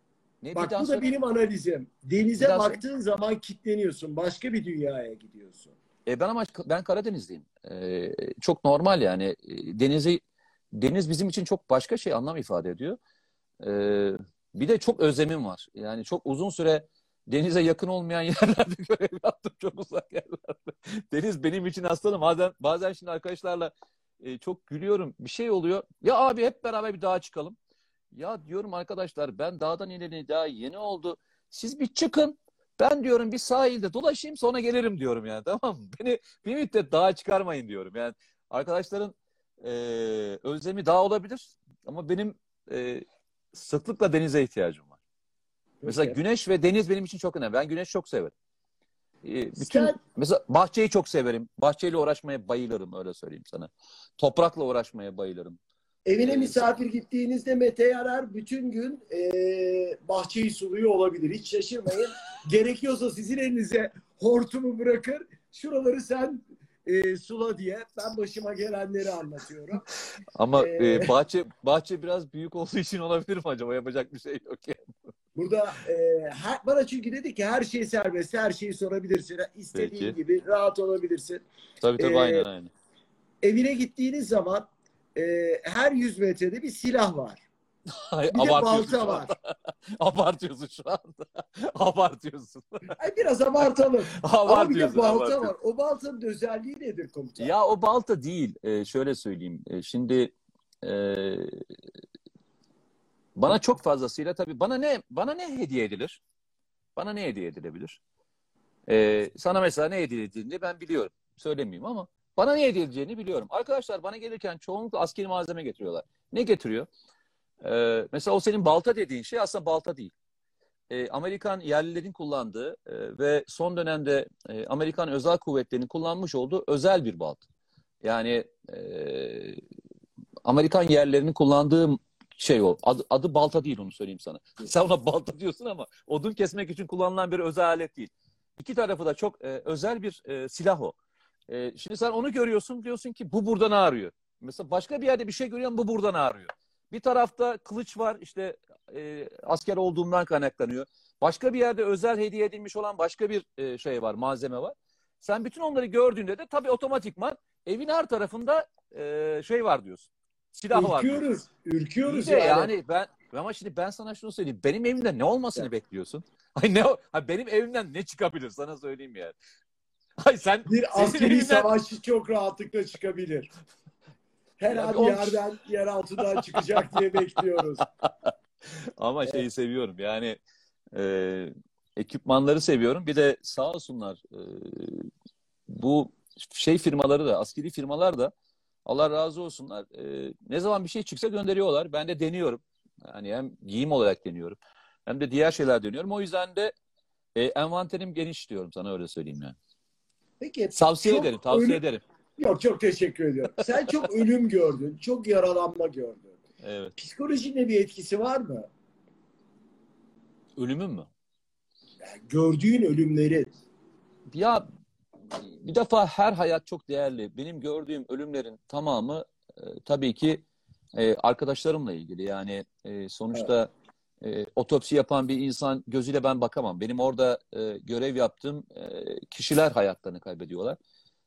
Ne bir Bak daha bu da söyle. benim analizim. Bir Denize daha söyle. baktığın zaman kilitleniyorsun. Başka bir dünyaya gidiyorsun. Ben Karadenizliyim. Çok normal yani. Deniz bizim için çok başka şey anlam ifade ediyor. Bir de çok özlemim var. Yani çok uzun süre denize yakın olmayan yerlerde görev yaptım. Çok uzak yerlerde. Deniz benim için aslanım. Bazen şimdi arkadaşlarla çok gülüyorum. Bir şey oluyor. Ya abi hep beraber bir dağa çıkalım. Ya diyorum arkadaşlar ben dağdan ineli daha yeni oldu. Siz bir çıkın. Ben diyorum bir sahilde dolaşayım sonra gelirim diyorum yani, tamam mı? Beni bir müddet dağa çıkarmayın diyorum. Yani arkadaşların e, özlemi dağ olabilir ama benim e, sıklıkla denize ihtiyacım var. Mesela Peki. güneş ve deniz benim için çok önemli. Ben güneş çok severim. Bütün Sen mesela bahçeyi çok severim. Bahçeyle uğraşmaya bayılırım, öyle söyleyeyim sana. Toprakla uğraşmaya bayılırım. evine E, misafir gittiğinizde Mete Yarar bütün gün bahçeyi suluyor olabilir. Hiç şaşırmayın. Gerekiyorsa sizin elinize hortumu bırakır. Şuraları sen sula diye. Ben başıma gelenleri anlatıyorum. Ama E, bahçe biraz büyük olduğu için olabilir mi acaba? Yapacak bir şey yok ya. Burada bana çünkü dedi ki her şey serbest. Her şeyi sorabilirsin. İstediğin Peki. gibi rahat olabilirsin. Tabii tabii, E, aynen aynen. Evine gittiğiniz zaman her 100 metrede bir silah var. Ay, Bir de abartıyorsun balta şu var. anda. Abartıyorsun şu anda. Abartıyorsun. Ay biraz abartalım. Ama bir de Abartıyorsun, balta var. abartıyorsun. O baltanın özelliği nedir komutan? Ya o balta değil. Şöyle söyleyeyim. Şimdi e, bana çok fazlasıyla tabii bana ne hediye edilir? Bana ne hediye edilebilir? Sana mesela ne hediye edildiğini ben biliyorum. Söylemeyeyim ama bana ne hediye edileceğini biliyorum. Arkadaşlar bana gelirken çoğunlukla askeri malzeme getiriyorlar. Ne getiriyor? Mesela o senin balta dediğin şey aslında balta değil. Amerikan yerlilerin kullandığı ve son dönemde Amerikan özel kuvvetlerinin kullanmış olduğu özel bir balta. Yani Amerikan yerlilerinin kullandığı şey o. Adı balta değil, onu söyleyeyim sana. Sen ona balta diyorsun ama odun kesmek için kullanılan bir özel alet değil. İki tarafı da çok özel bir silah o. Şimdi sen onu görüyorsun, diyorsun ki bu burada ne arıyor? Mesela başka bir yerde bir şey görüyorsun, bu burada ne arıyor? Bir tarafta kılıç var, işte asker olduğumdan kaynaklanıyor. Başka bir yerde özel hediye edilmiş olan başka bir şey var, malzeme var. Sen bütün onları gördüğünde de tabii otomatikman evin her tarafında şey var diyorsun. Silah var diyorsun. Ürküyoruz. İyi Ürküyoruz de yani. yani ama şimdi ben sana şunu söyleyeyim. Benim evimde ne olmasını bekliyorsun? Ay ne o? Ha, benim evimden ne çıkabilir sana söyleyeyim yani. Ay Bir senin askeri evinden savaşçı çok rahatlıkla çıkabilir. Her ya an yerden, yer altından çıkacak diye bekliyoruz. ama Evet. şeyi seviyorum. Yani ekipmanları seviyorum. Bir de sağ olsunlar bu şey firmaları da, askeri firmalar da, Allah razı olsunlar. Ne zaman bir şey çıksa gönderiyorlar. Ben de deniyorum. Yani hem giyim olarak deniyorum. Hem de diğer şeyler deniyorum. O yüzden de envanterim geniş diyorum sana, öyle söyleyeyim yani. Peki Tavsiye ederim, çok tavsiye ölüm... ederim. Yok çok teşekkür ediyorum. Sen çok ölüm gördün. Çok yaralanma gördün. Evet. Psikolojide bir etkisi var mı? Ölümüm mü? Yani gördüğün ölümleri. Ya bir defa her hayat çok değerli. Benim gördüğüm ölümlerin tamamı tabii ki arkadaşlarımla ilgili. Yani Evet. sonuçta otopsi yapan bir insan gözüyle ben bakamam. Benim orada görev yaptığım kişiler hayatlarını kaybediyorlar.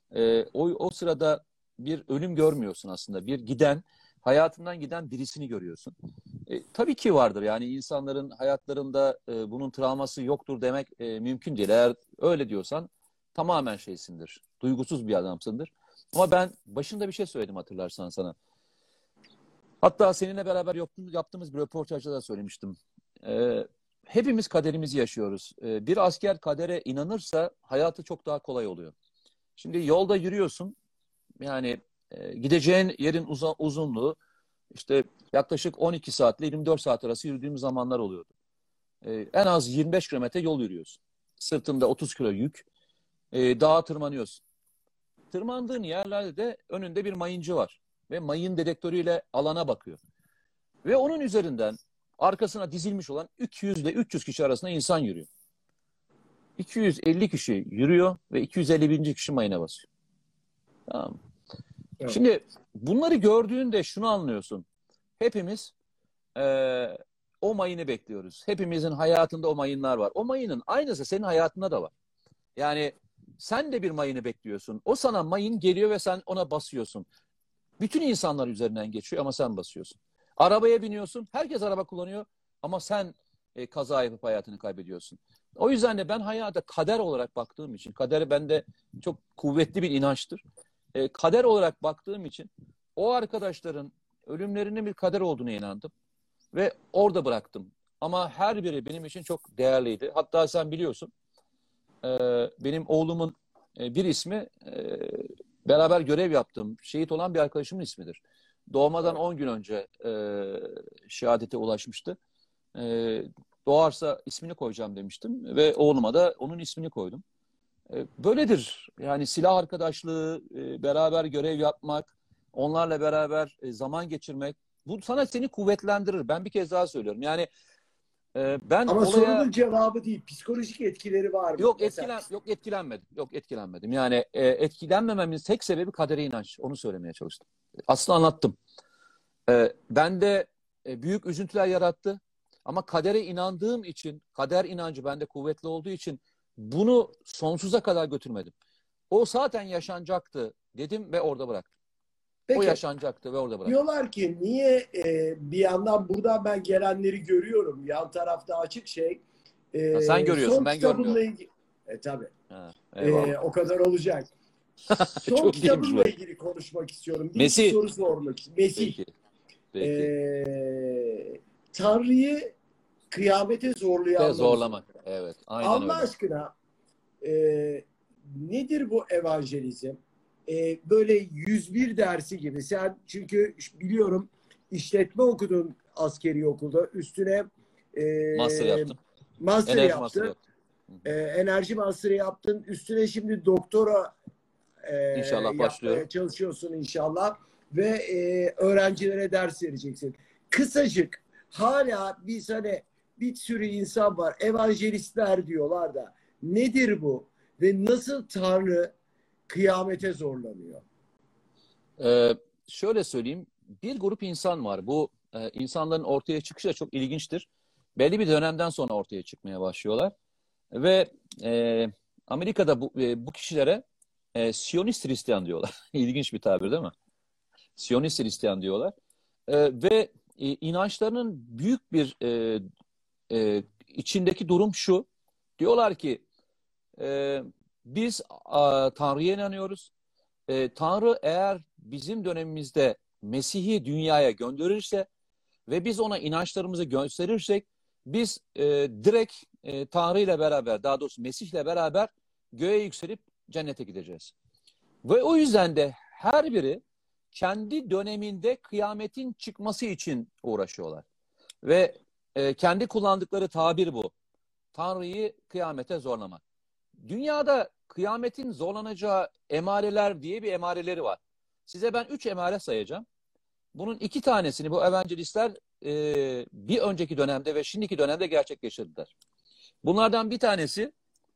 O sırada bir ölüm görmüyorsun aslında. Bir giden, hayatından giden birisini görüyorsun. Tabii ki vardır. Yani insanların hayatlarında bunun travması yoktur demek mümkün değil. Eğer öyle diyorsan tamamen şeysindir. Duygusuz bir adamsındır. Ama ben başında bir şey söyledim, hatırlarsan sana. Hatta seninle beraber yaptığımız bir röportajda da söylemiştim. Hepimiz kaderimizi yaşıyoruz. Bir asker kadere inanırsa hayatı çok daha kolay oluyor. Şimdi yolda yürüyorsun. Yani gideceğin yerin uzunluğu işte yaklaşık 12 saatle 24 saat arası yürüdüğümüz zamanlar oluyordu. En az 25 kilometre yol yürüyorsun. Sırtında 30 kilo yük. Dağa tırmanıyorsun. Tırmandığın yerlerde de önünde bir mayıncı var. Ve mayın dedektörüyle alana bakıyor. Ve onun üzerinden arkasına dizilmiş olan 200 ile 300 kişi arasında insan yürüyor. 250 kişi yürüyor ve 251. kişi mayına basıyor. Tamam mı? Evet. Şimdi bunları gördüğünde şunu anlıyorsun. Hepimiz e, o mayını bekliyoruz. Hepimizin hayatında o mayınlar var. O mayının aynısı senin hayatında da var. Yani sen de bir mayını bekliyorsun. O sana mayın geliyor ve sen ona basıyorsun. Bütün insanlar üzerinden geçiyor ama sen basıyorsun. Arabaya biniyorsun. Herkes araba kullanıyor ama sen kaza yapıp hayatını kaybediyorsun. O yüzden de ben hayata kader olarak baktığım için, kader bende çok kuvvetli bir inançtır. Kader olarak baktığım için o arkadaşların ölümlerinin bir kader olduğunu inandım ve orada bıraktım. Ama her biri benim için çok değerliydi. Hatta sen biliyorsun, benim oğlumun bir ismi beraber görev yaptığım, şehit olan bir arkadaşımın ismidir. Doğmadan 10 gün önce şehadete ulaşmıştı. E, Doğarsa ismini koyacağım demiştim ve oğluma da onun ismini koydum. Böyledir. Yani silah arkadaşlığı, beraber görev yapmak, onlarla beraber zaman geçirmek, bu sana seni kuvvetlendirir. Ben bir kez daha söylüyorum. Yani ben Ama olaya sorunun cevabı değil. Psikolojik etkileri var mı? Mesela etkilenmedim. Yok, etkilenmedim. Yani etkilenmememin tek sebebi kadere inanç. Onu söylemeye çalıştım. Aslında anlattım. Bende büyük üzüntüler yarattı. Ama kadere inandığım için, kader inancı bende kuvvetli olduğu için bunu sonsuza kadar götürmedim. O zaten yaşanacaktı dedim ve orada bıraktım. O peki yaşanacaktı ve orada bıraktım. diyorlar ki niye bir yandan buradan ben gelenleri görüyorum. Yan tarafta açık şey. Ha, sen Son görüyorsun, ben kitabınla görmüyorum. ilgili tabii. Ha, eyvallah. O kadar olacak. Son Çok iyiymiş kitabınla bu. ilgili konmak istiyorum. Bir iki Mesih. soru sormak istiyorum. Mesih. Peki. Peki. Tanrı'yı kıyamete Ve zorlayanlar zorlamak. üzerine. Evet. Aynen Allah öyle. aşkına e, nedir bu evangelizm? Böyle 101 dersi gibi. Sen çünkü biliyorum işletme okudun askeri okulda. Üstüne Master yaptım. master Enerji master yaptın. yaptım. Hı hı. Enerji master yaptın. Üstüne şimdi doktora İnşallah başlıyorum. yapmaya çalışıyorsun inşallah. Ve öğrencilere ders vereceksin. Kısacık hala biz hani bir sürü insan var. Evangelistler diyorlar da. Nedir bu? Ve nasıl Tanrı kıyamete zorlanıyor? Şöyle söyleyeyim. Bir grup insan var. Bu insanların ortaya çıkışı da çok ilginçtir. Belli bir dönemden sonra ortaya çıkmaya başlıyorlar. Ve Amerika'da bu kişilere Siyonist Hristiyan diyorlar. İlginç bir tabir değil mi? Siyonist Hristiyan diyorlar. Ve inançlarının büyük bir içindeki durum şu. Diyorlar ki e, biz Tanrı'ya inanıyoruz. Tanrı eğer bizim dönemimizde Mesih'i dünyaya gönderirse ve biz ona inançlarımızı gösterirsek biz direkt Tanrı ile beraber, daha doğrusu Mesih ile beraber göğe yükselip cennete gideceğiz. Ve o yüzden de her biri kendi döneminde kıyametin çıkması için uğraşıyorlar. Ve kendi kullandıkları tabir bu. Tanrı'yı kıyamete zorlamak. Dünyada kıyametin zorlanacağı emareler diye bir emareleri var. Size ben 3 emare sayacağım. Bunun 2 tanesini bu evangelistler bir önceki dönemde ve şimdiki dönemde gerçekleştirdiler. Bunlardan bir tanesi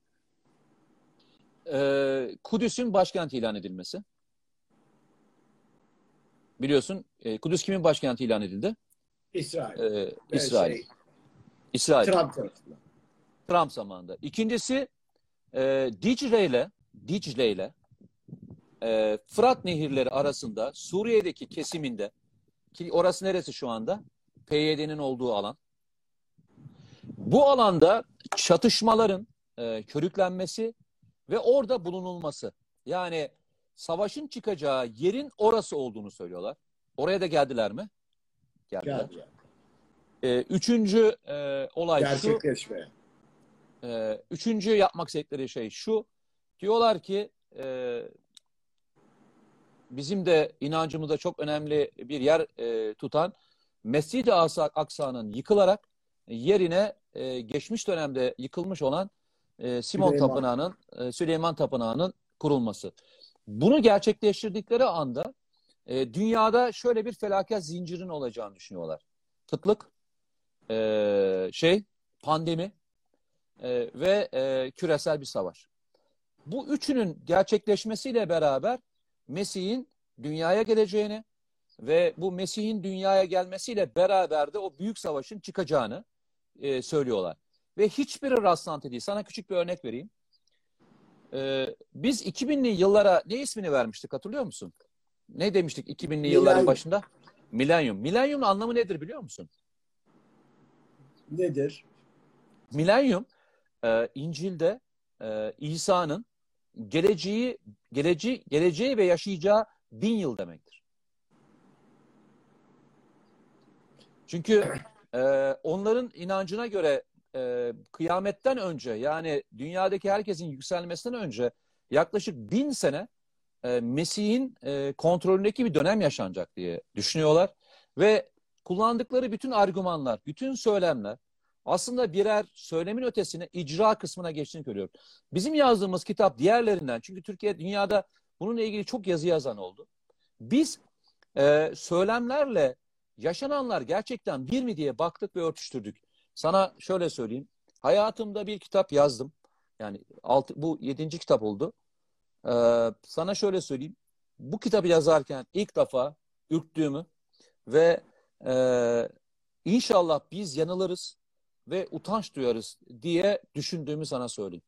Kudüs'ün başkenti ilan edilmesi. Biliyorsun Kudüs kimin başkenti ilan edildi? İsrail. İsrail. İsrail. Trump tarafından. Trump zamanında. İkincisi Dicle ile Fırat nehirleri arasında Suriye'deki kesiminde, ki orası neresi şu anda? PYD'nin olduğu alan. Bu alanda çatışmaların körüklenmesi ve orada bulunulması. Yani savaşın çıkacağı yerin orası olduğunu söylüyorlar. Oraya da geldiler mi? Geldiler. Üçüncü olay şu. Üçüncü yapmak istedikleri şey şu. Diyorlar ki bizim de inancımızda çok önemli bir yer tutan Mescid-i Aksa'nın yıkılarak yerine geçmiş dönemde yıkılmış olan Süleyman Tapınağı'nın kurulması. Bunu gerçekleştirdikleri anda dünyada şöyle bir felaket zincirinin olacağını düşünüyorlar. Kıtlık, pandemi ve küresel bir savaş. Bu üçünün gerçekleşmesiyle beraber Mesih'in dünyaya geleceğini ve bu Mesih'in dünyaya gelmesiyle beraber de o büyük savaşın çıkacağını söylüyorlar. Ve hiçbiri rastlantı değil. Sana küçük bir örnek vereyim. Biz 2000'li yıllara ne ismini vermiştik, hatırlıyor musun? Ne demiştik 2000'li yılların Milenyum başında? Milenyum. Milenyumun anlamı nedir biliyor musun? nedir? Milenyum, İncil'de İsa'nın geleceği ve yaşayacağı 1000 yıl demektir. Çünkü onların inancına göre kıyametten önce, yani dünyadaki herkesin yükselmesinden önce yaklaşık 1000 sene Mesih'in kontrolündeki bir dönem yaşanacak diye düşünüyorlar. Ve kullandıkları bütün argümanlar, bütün söylemler aslında birer söylemin ötesine icra kısmına geçtiğini görüyor. Bizim yazdığımız kitap diğerlerinden, çünkü Türkiye dünyada bununla ilgili çok yazı yazan oldu. Biz söylemlerle yaşananlar gerçekten bir mi diye baktık ve örtüştürdük. Sana şöyle söyleyeyim. Hayatımda bir kitap yazdım. Yani bu 7. kitap oldu. Sana şöyle söyleyeyim. Bu kitabı yazarken ilk defa ürktüğümü ve inşallah biz yanılırız ve utanç duyarız diye düşündüğümü sana söyleyeyim.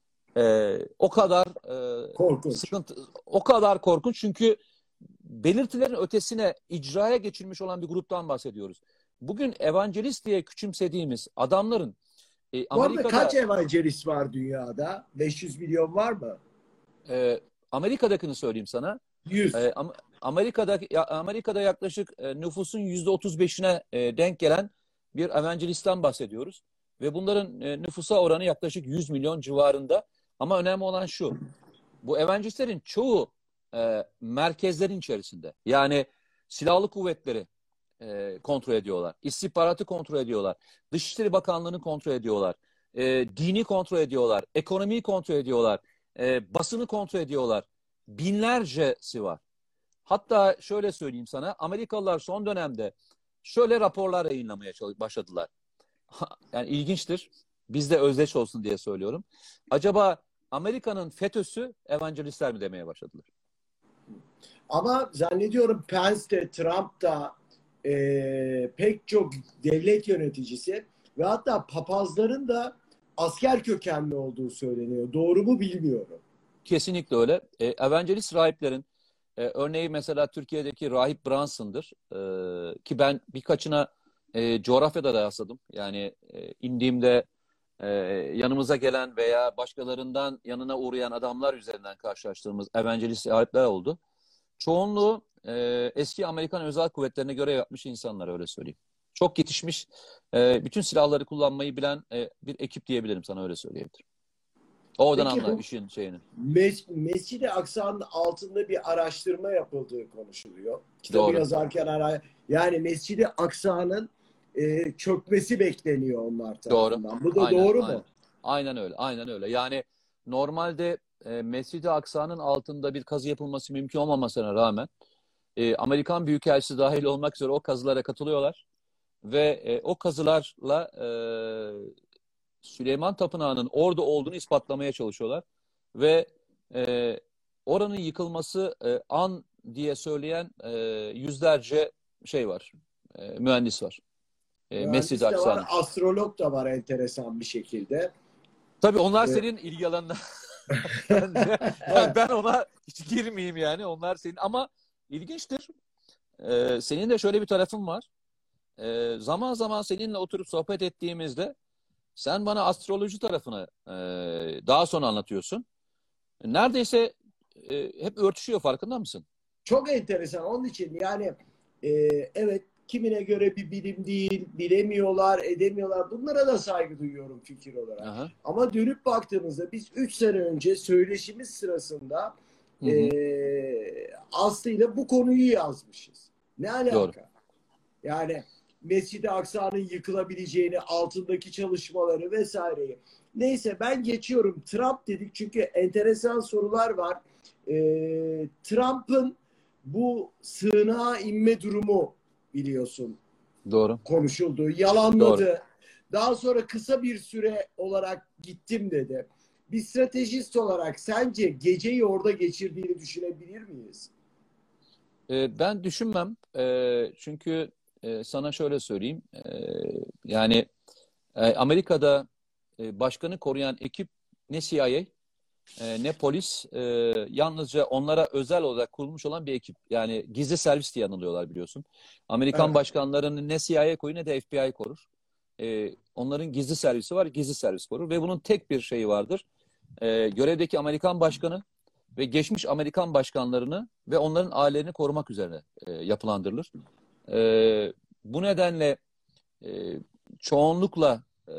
O kadar Korkunç. sıkıntı, o kadar korkunç, çünkü belirtilerin ötesine icraya geçilmiş olan bir gruptan bahsediyoruz. Bugün evangelist diye küçümsediğimiz adamların Bu arada Amerika'da kaç evangelist var dünyada? 500 milyon var mı? Amerika'dakini söyleyeyim sana. 100. Amerika'da yaklaşık nüfusun %35'ine denk gelen bir evangelistten bahsediyoruz. Ve bunların nüfusa oranı yaklaşık 100 milyon civarında. Ama önemli olan şu. Bu evangelistlerin çoğu merkezlerin içerisinde. Yani silahlı kuvvetleri kontrol ediyorlar. İstihbaratı kontrol ediyorlar. Dışişleri Bakanlığı'nı kontrol ediyorlar. Dini kontrol ediyorlar. Ekonomiyi kontrol ediyorlar. Basını kontrol ediyorlar. Binlercesi var. Hatta şöyle söyleyeyim sana, Amerikalılar son dönemde şöyle raporlar yayınlamaya başladılar. Yani ilginçtir. Biz de özdeş olsun diye söylüyorum. Acaba Amerika'nın FETÖ'sü evangelistler mi demeye başladılar? Ama zannediyorum Pence de, Trump da pek çok devlet yöneticisi ve hatta papazların da asker kökenli olduğu söyleniyor. Doğru mu bilmiyorum. Kesinlikle öyle. Evangelist rahiplerin örneği mesela Türkiye'deki rahip Brunson'dır. Ki ben birkaçına coğrafyada da rastladım. Yani indiğimde yanımıza gelen veya başkalarından yanına uğrayan adamlar üzerinden karşılaştığımız evangelist rahipler oldu. Çoğunluğu eski Amerikan özel kuvvetlerine görev yapmış insanlar, öyle söyleyeyim. Çok yetişmiş, bütün silahları kullanmayı bilen bir ekip diyebilirim, sana öyle söyleyebilirim. Oradan Peki anla bu işin şeyini. Mescid-i Aksa'nın altında bir araştırma yapıldığı konuşuluyor. Kitabı Doğru. yazarken yani Mescid-i Aksa'nın çökmesi bekleniyor onlar Doğru. tarafından. Bu da Aynen, doğru aynen. mu? Aynen öyle. Aynen öyle. Yani normalde Mescid-i Aksa'nın altında bir kazı yapılması mümkün olmamasına rağmen Amerikan Büyükelçisi dahil olmak üzere o kazılara katılıyorlar ve o kazılarla Süleyman Tapınağı'nın orada olduğunu ispatlamaya çalışıyorlar ve e, oranın yıkılması an diye söyleyen yüzlerce şey var, mühendis var. Mescid-i Mühendis de var, Aksa'nın. astrolog da var enteresan bir şekilde. Tabii onlar E, senin ilgi alanına bence. Ben ona hiç girmeyeyim yani. Onlar senin, ama ilginçtir. Senin de şöyle bir tarafın var. Zaman zaman seninle oturup sohbet ettiğimizde sen bana astroloji tarafını daha sonra anlatıyorsun. Neredeyse hep örtüşüyor, farkında mısın? Çok enteresan. Onun için yani e, evet, kimine göre bir bilim değil, bilemiyorlar, edemiyorlar. Bunlara da saygı duyuyorum fikir olarak. Aha. Ama dönüp baktığımızda biz 3 sene önce söyleşimiz sırasında Hı hı. Aslı ile bu konuyu yazmışız. Ne Doğru. alaka? Yani Mescid-i Aksa'nın yıkılabileceğini, altındaki çalışmaları vesaireyi. Neyse, ben geçiyorum. Trump dedik çünkü enteresan sorular var. Trump'ın bu sığınağa inme durumu biliyorsun Doğru. konuşuldu, Doğru. yalanladı. Daha sonra kısa bir süre olarak gittim dedi. Bir stratejist olarak sence geceyi orada geçirdiğini düşünebilir miyiz? Ben düşünmem. Çünkü sana şöyle söyleyeyim. Yani Amerika'da başkanı koruyan ekip ne CIA ne polis, yalnızca onlara özel olarak kurulmuş olan bir ekip. Yani gizli servis diye anılıyorlar biliyorsun. Amerikan Evet. başkanlarını ne CIA korur ne de FBI korur. Onların gizli servisi var, gizli servis korur ve bunun tek bir şeyi vardır. Görevdeki Amerikan başkanı ve geçmiş Amerikan başkanlarını ve onların ailelerini korumak üzere yapılandırılır. Bu nedenle e, çoğunlukla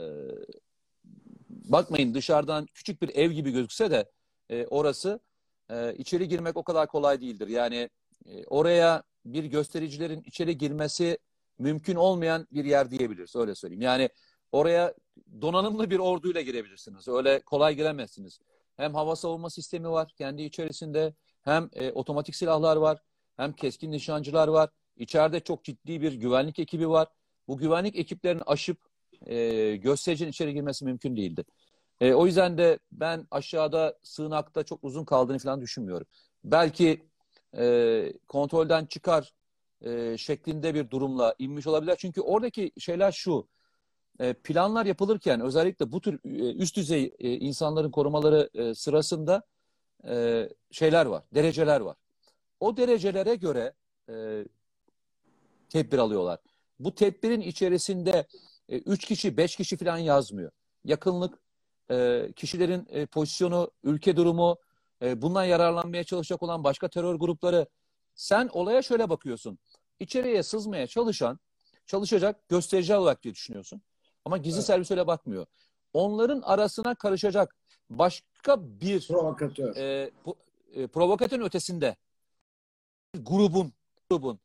bakmayın dışarıdan küçük bir ev gibi gözükse de orası içeri girmek o kadar kolay değildir. Yani oraya bir göstericilerin içeri girmesi mümkün olmayan bir yer diyebiliriz. Öyle söyleyeyim. Yani oraya donanımlı bir orduyla girebilirsiniz. Öyle kolay giremezsiniz. Hem hava savunma sistemi var kendi içerisinde, hem otomatik silahlar var, hem keskin nişancılar var. İçeride çok ciddi bir güvenlik ekibi var. Bu güvenlik ekiplerini aşıp göstericinin içeri girmesi mümkün değildi. O yüzden de ben aşağıda sığınakta çok uzun kaldığını falan düşünmüyorum. Belki kontrolden çıkar şeklinde bir durumla inmiş olabilir. Çünkü oradaki şeyler şu, planlar yapılırken özellikle bu tür üst düzey insanların korumaları sırasında şeyler var, dereceler var. O derecelere göre e, tedbir alıyorlar. Bu tedbirin içerisinde 3 kişi, 5 kişi falan yazmıyor. Yakınlık, kişilerin pozisyonu, ülke durumu, bundan yararlanmaya çalışacak olan başka terör grupları. Sen olaya şöyle bakıyorsun. İçeriye sızmaya çalışacak gösterici olarak diye düşünüyorsun. Ama gizli Evet. servis öyle bakmıyor. Onların arasına karışacak başka bir Provokatör. provokatörün ötesinde grubun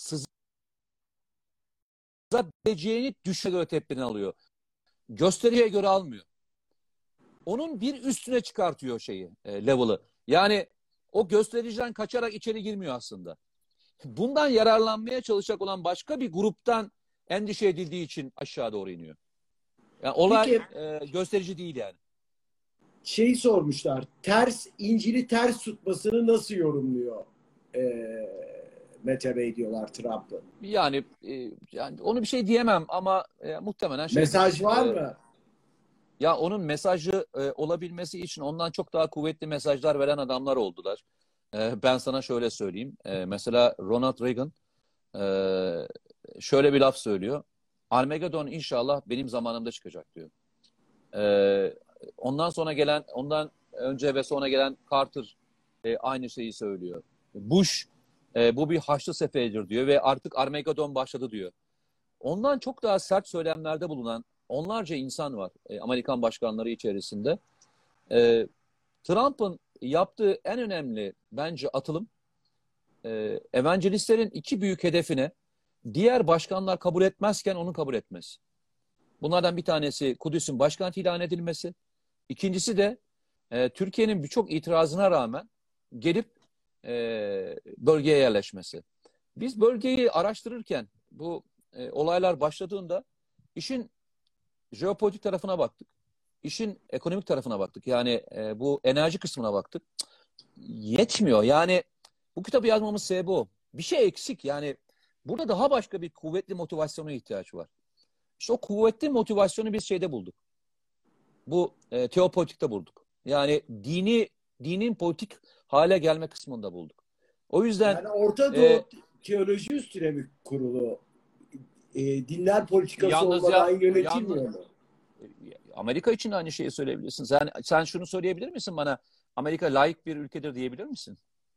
sızabileceğini düşe göre tedbirini alıyor. Gösteriye göre almıyor. Onun bir üstüne çıkartıyor şeyi, level'ı. Yani o göstericiden kaçarak içeri girmiyor aslında. Bundan yararlanmaya çalışacak olan başka bir gruptan endişe edildiği için aşağı doğru iniyor. Yani olay Peki gösterici değil yani. şeyi sormuşlar. İncil'i ters tutmasını nasıl yorumluyor e, Mete Bey diyorlar Trump'ın. Yani onu bir şey diyemem ama muhtemelen şeydir. Mesaj var mı? Ya onun mesajı olabilmesi için ondan çok daha kuvvetli mesajlar veren adamlar oldular. Ben sana şöyle söyleyeyim. Mesela Ronald Reagan şöyle bir laf söylüyor. Armageddon inşallah benim zamanımda çıkacak diyor. E, ondan önce ve sonra gelen Carter aynı şeyi söylüyor. Bush bu bir haçlı seferidir diyor ve artık Armageddon başladı diyor. Ondan çok daha sert söylemlerde bulunan onlarca insan var Amerikan başkanları içerisinde. E, Trump'ın yaptığı en önemli bence atılım evangelistlerin iki büyük hedefine diğer başkanlar kabul etmezken onu kabul etmesi. Bunlardan bir tanesi Kudüs'ün başkent ilan edilmesi. İkincisi de Türkiye'nin birçok itirazına rağmen gelip bölgeye yerleşmesi. Biz bölgeyi araştırırken bu olaylar başladığında işin jeopolitik tarafına baktık. İşin ekonomik tarafına baktık. Yani bu enerji kısmına baktık. Yetmiyor. Yani bu kitabı yazmamın sebebi o. Bir şey eksik. Yani burada daha başka bir kuvvetli motivasyona ihtiyaç var. İşte o kuvvetli motivasyonu biz şeyde bulduk. Bu teopolitikte bulduk. Yani dinin politik hale gelme kısmında bulduk. O yüzden Yani Orta e, Doğu teoloji üstüne mi kurulu? Dinler politikası yalnızca olmadan yalnız yönetilmiyor mu? Amerika için de aynı şeyi söyleyebilirsin. Sen şunu söyleyebilir misin bana? Amerika laik bir ülkedir diyebilir misin?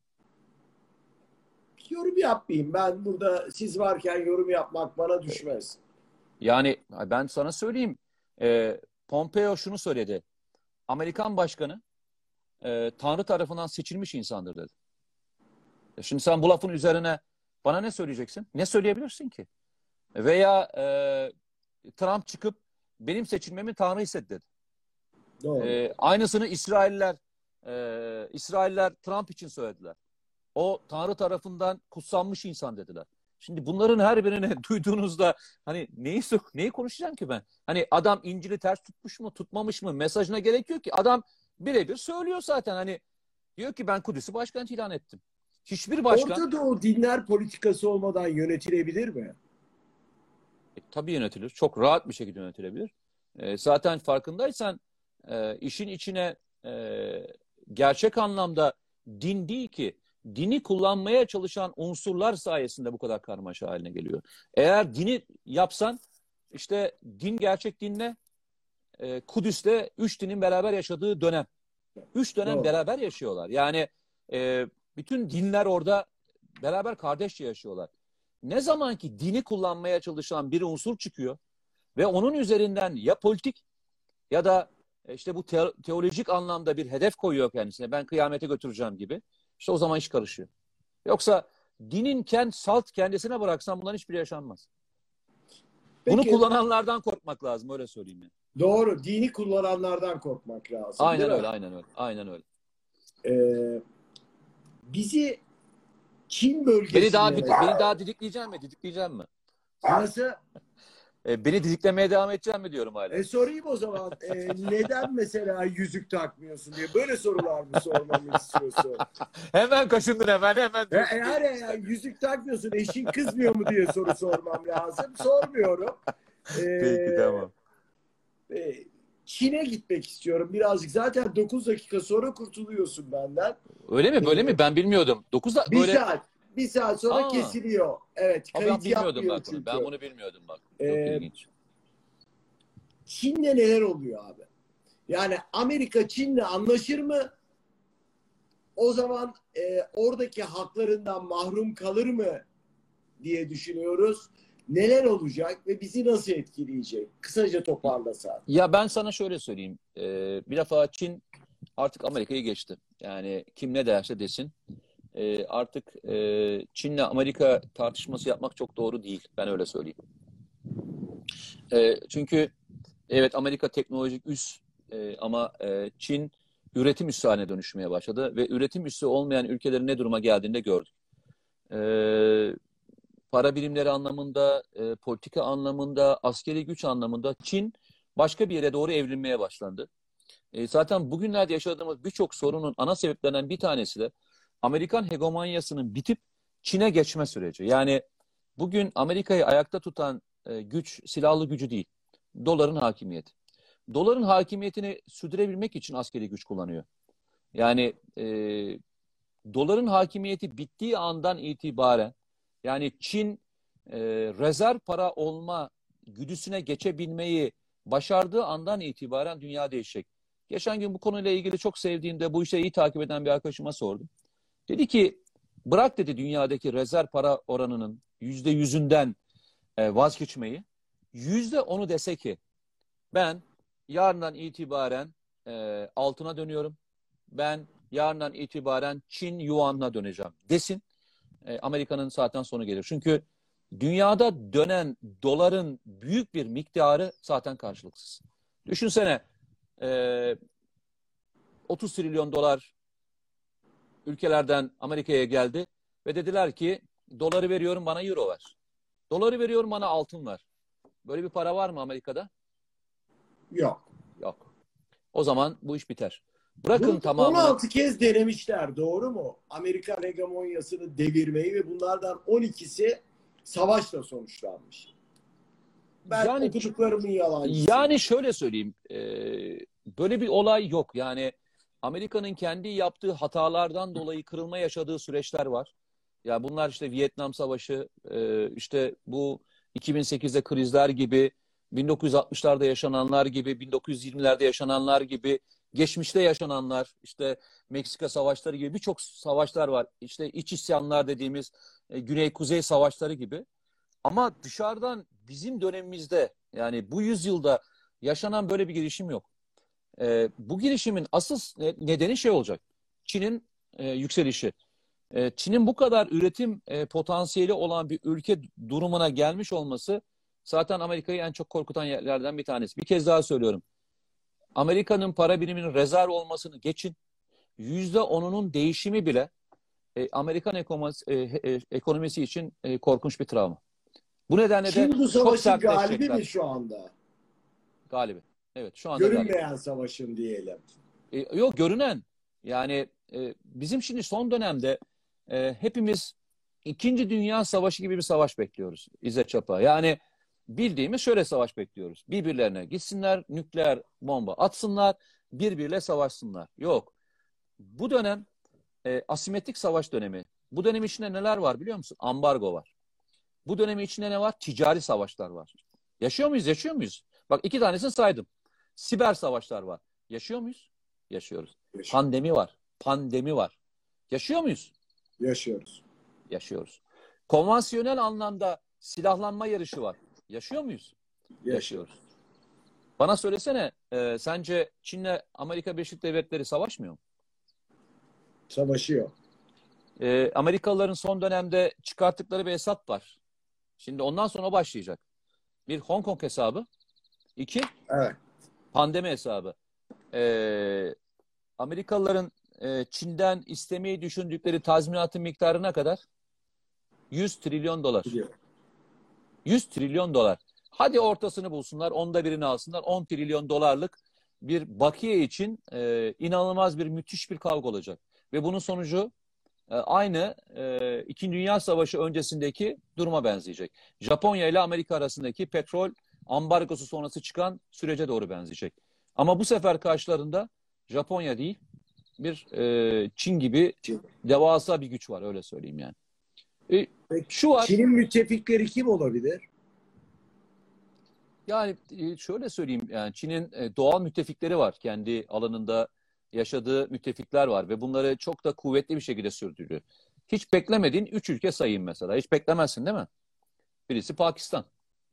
Yorum yapmayayım. Ben burada siz varken yorum yapmak bana düşmez. Yani ben sana söyleyeyim. Pompeo şunu söyledi. Amerikan başkanı Tanrı tarafından seçilmiş insandır dedi. Şimdi sen bu lafın üzerine bana ne söyleyeceksin? Ne söyleyebilirsin ki? Veya Trump çıkıp benim seçilmemi Tanrı istedi dedi. Doğru. Aynısını İsrailler Trump için söylediler. O Tanrı tarafından kutsanmış insan dediler. Şimdi bunların her birini duyduğunuzda hani neyi konuşacağım ki ben? Hani adam İncil'i ters tutmuş mu, tutmamış mı? Mesajına gerek yok ki. Adam birebir söylüyor zaten. Hani diyor ki ben Kudüs'ü başkent ilan ettim. Hiçbir başkan Orta Doğu dinler politikası olmadan yönetilebilir mi? tabii yönetilir. Çok rahat bir şekilde yönetilebilir. Zaten farkındaysan işin içine e, gerçek anlamda din değil ki, dini kullanmaya çalışan unsurlar sayesinde bu kadar karmaşa haline geliyor. Eğer dini yapsan, işte din, gerçek din ne? Kudüs'te üç dinin beraber yaşadığı dönem. Üç dönem Doğru. beraber yaşıyorlar. Yani e, bütün dinler orada beraber kardeşçe yaşıyorlar. Ne zaman ki dini kullanmaya çalışan bir unsur çıkıyor ve onun üzerinden ya politik ya da işte bu teolojik anlamda bir hedef koyuyor kendisine. Ben kıyamete götüreceğim gibi. İşte o zaman iş karışıyor. Yoksa dinin salt kendisine bıraksan bunların hiçbiri yaşanmaz. Bunu Peki, kullananlardan korkmak lazım, öyle söyleyeyim yani. doğru. Dini kullananlardan korkmak lazım, değil Aynen mi? öyle, aynen öyle, aynen öyle. Ee, bizi Çin bölgesine Beni daha didikleyecek mi? Didikleyeceğim mi? nasıl? Beni didiklemeye devam edeceğim mi diyorum hala. Sorayım o zaman. Neden mesela yüzük takmıyorsun diye böyle sorular mı sormamı istiyorsun? Hemen kaşındın, hemen diyorsun. Eğer yüzük takmıyorsun, eşin kızmıyor mu diye soru sormam lazım. Sormuyorum. Peki, Ee, tamam. e, Çin'e gitmek istiyorum birazcık. Zaten 9 dakika sonra kurtuluyorsun benden. Öyle mi? Böyle mi? Ben bilmiyordum. 9'da Bir böyle. saat. Bir saat sonra Aa, kesiliyor. Evet, ama ben kayıt bilmiyordum yapmıyor bak bunu. Ben çünkü. bunu bilmiyordum bak. Çok Ee, ilginç. Çin'le neler oluyor abi? Yani Amerika Çin'le anlaşır mı? O zaman oradaki haklarından mahrum kalır mı diye düşünüyoruz. Neler olacak ve bizi nasıl etkileyecek? Kısaca toparlasan. Ya ben sana şöyle söyleyeyim. Bir defa Çin artık Amerika'yı geçti. Yani kim ne derse desin. Artık Çin'le Amerika tartışması yapmak çok doğru değil. Ben öyle söyleyeyim. Çünkü evet, Amerika teknolojik üs, ama Çin üretim üssü haline dönüşmeye başladı ve üretim üssü olmayan ülkelerin ne duruma geldiğini de gördük. E, Para birimleri anlamında, politika anlamında, askeri güç anlamında Çin başka bir yere doğru evrilmeye başlandı. Zaten bugünlerde yaşadığımız birçok sorunun ana sebeplerinden bir tanesi de Amerikan hegemonyasının bitip Çin'e geçme süreci. Yani bugün Amerika'yı ayakta tutan güç silahlı gücü değil, doların hakimiyeti. Doların hakimiyetini sürdürebilmek için askeri güç kullanıyor. Yani doların hakimiyeti bittiği andan itibaren, yani Çin rezerv para olma güdüsüne geçebilmeyi başardığı andan itibaren dünya değişecek. Geçen gün bu konuyla ilgili çok sevdiğimde, bu işe iyi takip eden bir arkadaşıma sordum. Dedi ki, bırak dedi dünyadaki rezerv para oranının %100'ünden vazgeçmeyi. %10'u dese ki ben yarından itibaren altına dönüyorum. Ben yarından itibaren Çin Yuan'ına döneceğim desin. Amerika'nın zaten sonu gelir. Çünkü dünyada dönen doların büyük bir miktarı zaten karşılıksız. Düşünsene, e, 30 trilyon dolar ülkelerden Amerika'ya geldi ve dediler ki doları veriyorum, bana euro ver. Doları veriyorum, bana altın ver. Böyle bir para var mı Amerika'da? Yok. Yok. O zaman bu iş biter. Bırakın Bunu tamamını. 16 kez denemişler, doğru mu? Amerikan hegemonyasını devirmeyi ve bunlardan 12'si savaşla sonuçlanmış. Ben Yani okuduklarımın yalancısıyım. yani şöyle söyleyeyim. Böyle bir olay yok. Yani Amerika'nın kendi yaptığı hatalardan dolayı kırılma yaşadığı süreçler var. Ya bunlar işte Vietnam Savaşı, işte bu 2008'de krizler gibi, 1960'larda yaşananlar gibi, 1920'lerde yaşananlar gibi, geçmişte yaşananlar, işte Meksika savaşları gibi birçok savaşlar var. İşte iç isyanlar dediğimiz Güney-Kuzey savaşları gibi. Ama dışarıdan bizim dönemimizde, yani bu yüzyılda yaşanan böyle bir girişim yok. Bu girişimin asıl nedeni şey olacak. Çin'in yükselişi. Çin'in bu kadar üretim potansiyeli olan bir ülke durumuna gelmiş olması zaten Amerika'yı en çok korkutan yerlerden bir tanesi. Bir kez daha söylüyorum. Amerika'nın para biriminin rezerv olmasını geçin. %10'unun değişimi bile Amerikan ekonomisi için korkunç bir travma. Bu nedenle de Çin bu çok savaşın galibi mi sertleşecekler. şu anda? Galibi. Evet, şu anda galibi. Görünmeyen savaşın diyelim. Yok, görünen. Yani bizim şimdi son dönemde hepimiz İkinci Dünya Savaşı gibi bir savaş bekliyoruz İzzet Çapa. Yani bildiğimiz şöyle savaş bekliyoruz. Birbirlerine gitsinler, nükleer bomba atsınlar, birbiriyle savaşsınlar. Yok. Bu dönem asimetrik savaş dönemi. Bu dönem içinde neler var biliyor musun? Ambargo var. Bu dönemin içinde ne var? Ticari savaşlar var. Yaşıyor muyuz? Yaşıyor muyuz? Bak iki tanesini saydım. Siber savaşlar var. Yaşıyor muyuz? Yaşıyoruz. Yaşıyoruz. Pandemi var. Pandemi var. Yaşıyor muyuz? Yaşıyoruz. Yaşıyoruz. Konvansiyonel anlamda silahlanma yarışı var. Yaşıyor muyuz? Yaşıyoruz. Yaşıyoruz. Bana söylesene, sence Çin'le Amerika Birleşik Devletleri savaşmıyor mu? Savaşıyor. Amerikalıların son dönemde çıkarttıkları bir hesap var. Şimdi ondan sonra başlayacak. Bir Hong Kong hesabı. İki, Evet. pandemi hesabı. Amerikalıların Çin'den istemeyi düşündükleri tazminatın miktarı ne kadar? 100 trilyon dolar. Biliyorum. 100 trilyon dolar. Hadi ortasını bulsunlar, onda birini alsınlar. 10 trilyon dolarlık bir bakiye için inanılmaz bir müthiş bir kavga olacak. Ve bunun sonucu aynı İkinci Dünya Savaşı öncesindeki duruma benzeyecek. Japonya ile Amerika arasındaki petrol ambargosu sonrası çıkan sürece doğru benzeyecek. Ama bu sefer karşılarında Japonya değil, bir Çin gibi Çin. devasa bir güç var, öyle söyleyeyim yani. Peki, Şu var. Çin'in müttefikleri kim olabilir? Yani şöyle söyleyeyim, yani Çin'in doğal müttefikleri var. Kendi alanında yaşadığı müttefikler var ve bunları çok da kuvvetli bir şekilde sürdürüyor. Hiç beklemediğin 3 ülke sayayım mesela. Hiç beklemezsin değil mi? Birisi Pakistan.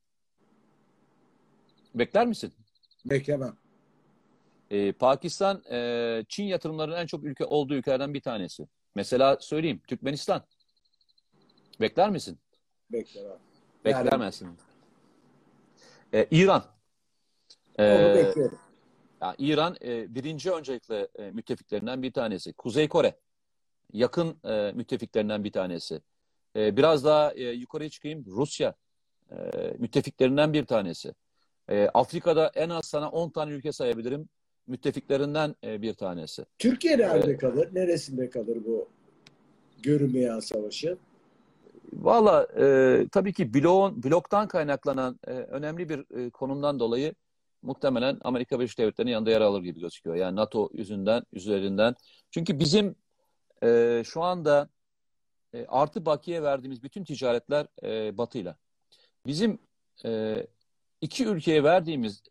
Bekler misin? Beklemem. Pakistan Çin yatırımlarının en çok olduğu ülkelerden bir tanesi. Mesela söyleyeyim, Türkmenistan. Bekler misin? Beklemem. Bekler Yani misin? İran. onu Ee, bekliyorum. İran birinci öncelikle müttefiklerinden bir tanesi. Kuzey Kore yakın müttefiklerinden bir tanesi. Biraz daha yukarıya çıkayım. Rusya müttefiklerinden bir tanesi. Afrika'da en az sana 10 tane ülke sayabilirim. Müttefiklerinden bir tanesi. Türkiye E, nerede kalır? Neresinde kalır bu görünmeyen savaşı? Valla tabii ki bloktan kaynaklanan önemli bir konumdan dolayı muhtemelen Amerika Birleşik Devletleri'nin yanında yer alır gibi gözüküyor. Yani NATO üzerinden. Çünkü bizim şu anda artı bakiye verdiğimiz bütün ticaretler Batı'yla. Bizim e, iki ülkeye verdiğimiz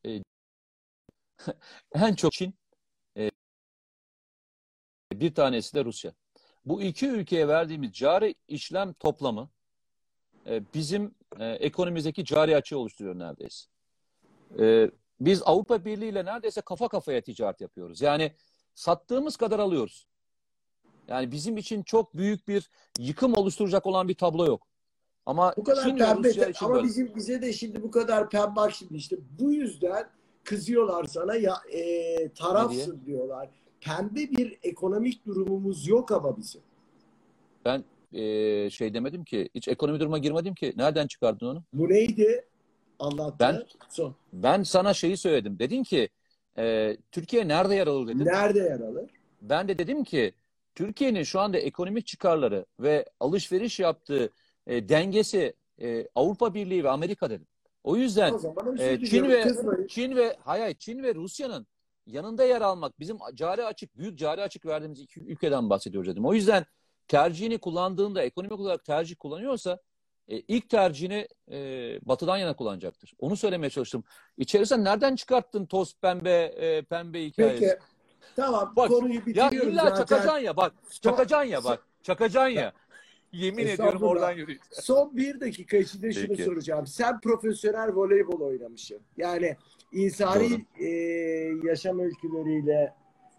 en çok Çin, e, bir tanesi de Rusya. Bu iki ülkeye verdiğimiz cari işlem toplamı bizim ekonomimizdeki cari açığı oluşturuyor neredeyse. Biz Avrupa Birliği ile neredeyse kafa kafaya ticaret yapıyoruz. Yani sattığımız kadar alıyoruz. Yani bizim için çok büyük bir yıkım oluşturacak olan bir tablo yok. Ama Bu kadar Çin ve pembe Rusya için ama böyle. bize de şimdi bu kadar pembe, bak şimdi işte bu yüzden kızıyorlar sana ya, Ne diye? tarafsın diyorlar. Pembe bir ekonomik durumumuz yok ama bizim. Ben şey demedim ki, hiç ekonomi duruma girmedim ki. Nereden çıkardın onu? Bu neydi? Ben Anlattı. Son. ben sana şeyi söyledim. Dedin ki Türkiye nerede yer alır dedin. Nerede yer alır? Ben de dedim ki Türkiye'nin şu anda ekonomik çıkarları ve alışveriş yaptığı dengesi Avrupa Birliği ve Amerika dedim. O yüzden O zaman özür e, Çin diliyorum. ve Kızmayın. Çin ve Rusya'nın yanında yer almak bizim büyük cari açık verdiğimiz iki ülkeden bahsediyoruz dedim. O yüzden tercihini kullandığında ekonomik olarak tercih kullanıyorsa ilk tercihini Batı'dan yana kullanacaktır. Onu söylemeye çalıştım. İçerisinden nereden çıkarttın toz pembe hikayesi? Peki. Tamam. Bak Konuyu ya bitiriyorum illa zaten. çakacan ya bak. Son, Çakacan ya bak. Çakacan ya. Yemin ediyorum oradan Estağfurullah. yürüyeceğim. Son bir dakika içinde şunu Peki. soracağım. Sen profesyonel voleybol oynamışsın. Yani Doğru. insani yaşam öyküleriyle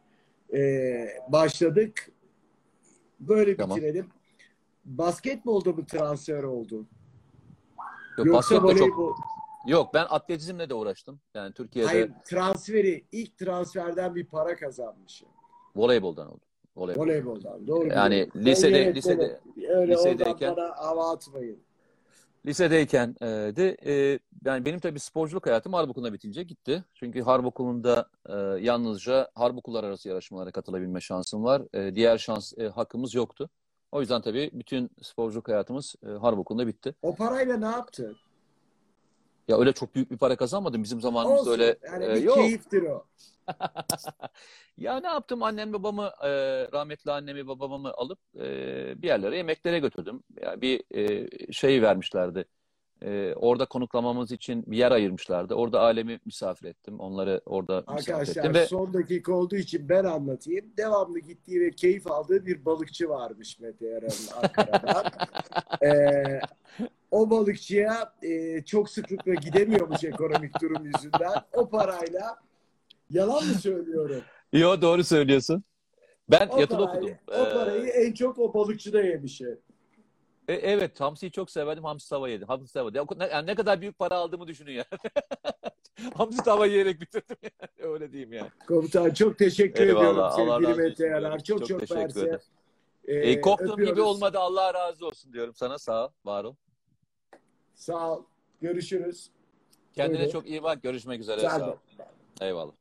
başladık. Böyle Tamam. bitirelim. Basketbolda mı transfer oldun? Yok, Yoksa basket de çok. voleybol? Yok, ben atletizmle de uğraştım. Yani Hayır, Türkiye'de ilk transferden bir para kazanmışsın. voleyboldan oldu. Voleyboldan oldu. Voleyboldan. Doğru biliyorum. Yani Ben yönetmenim. Öyle oradan lisedeyken bana hava atmayın. lisedeyken de yani benim tabii sporculuk hayatım harp okuluna bitince gitti. Çünkü harp okulunda yalnızca harp okullar arası yarışmalara katılabilme şansım var. Diğer hakkımız yoktu. O yüzden tabii bütün sporculuk hayatımız harp okulunda bitti. O parayla ne yaptın? Ya öyle çok büyük bir para kazanmadım. Bizim zamanımızda Olsun. öyle Yani bir yok. keyiftir o. Ya ne yaptım? Annem babamı, rahmetli annemi babamı alıp bir yerlere yemeklere götürdüm. Ya bir şey vermişlerdi. Orada konuklamamız için bir yer ayırmışlardı. Orada ailemi misafir ettim. Onları orada misafir Arkadaşlar ettim ve son dakika olduğu için ben anlatayım. Devamlı gittiği ve keyif aldığı bir balıkçı varmış Mete Yaran'ın Ankara'da. Ee, O balıkçıya çok sıklıkla gidemiyormuş ekonomik durum yüzünden. O parayla, yalan mı söylüyorum? yo, doğru söylüyorsun. Ben yatılı okudum. O parayı en çok o balıkçıda yemiş. Evet, hamsiyi çok severdim. Hamsi tava yedim. Hamsi tava. Yani ne kadar büyük para aldığımı düşünün ya. Hamsi tava yiyerek bitirdim yani. Öyle diyeyim yani. Komutan çok teşekkür ediyorum Eyvallah. Allah sevgili razı Mete olsun Yarar. diyorum. Çok Çok çok teşekkür mersi. ederim. Korktuğum gibi Öpüyoruz. olmadı. Allah razı olsun diyorum sana. Sağ ol. Var ol. Sağ ol. Görüşürüz. Kendine Buyurun. çok iyi bak. Görüşmek üzere. Sen Sağ de. ol. Eyvallah.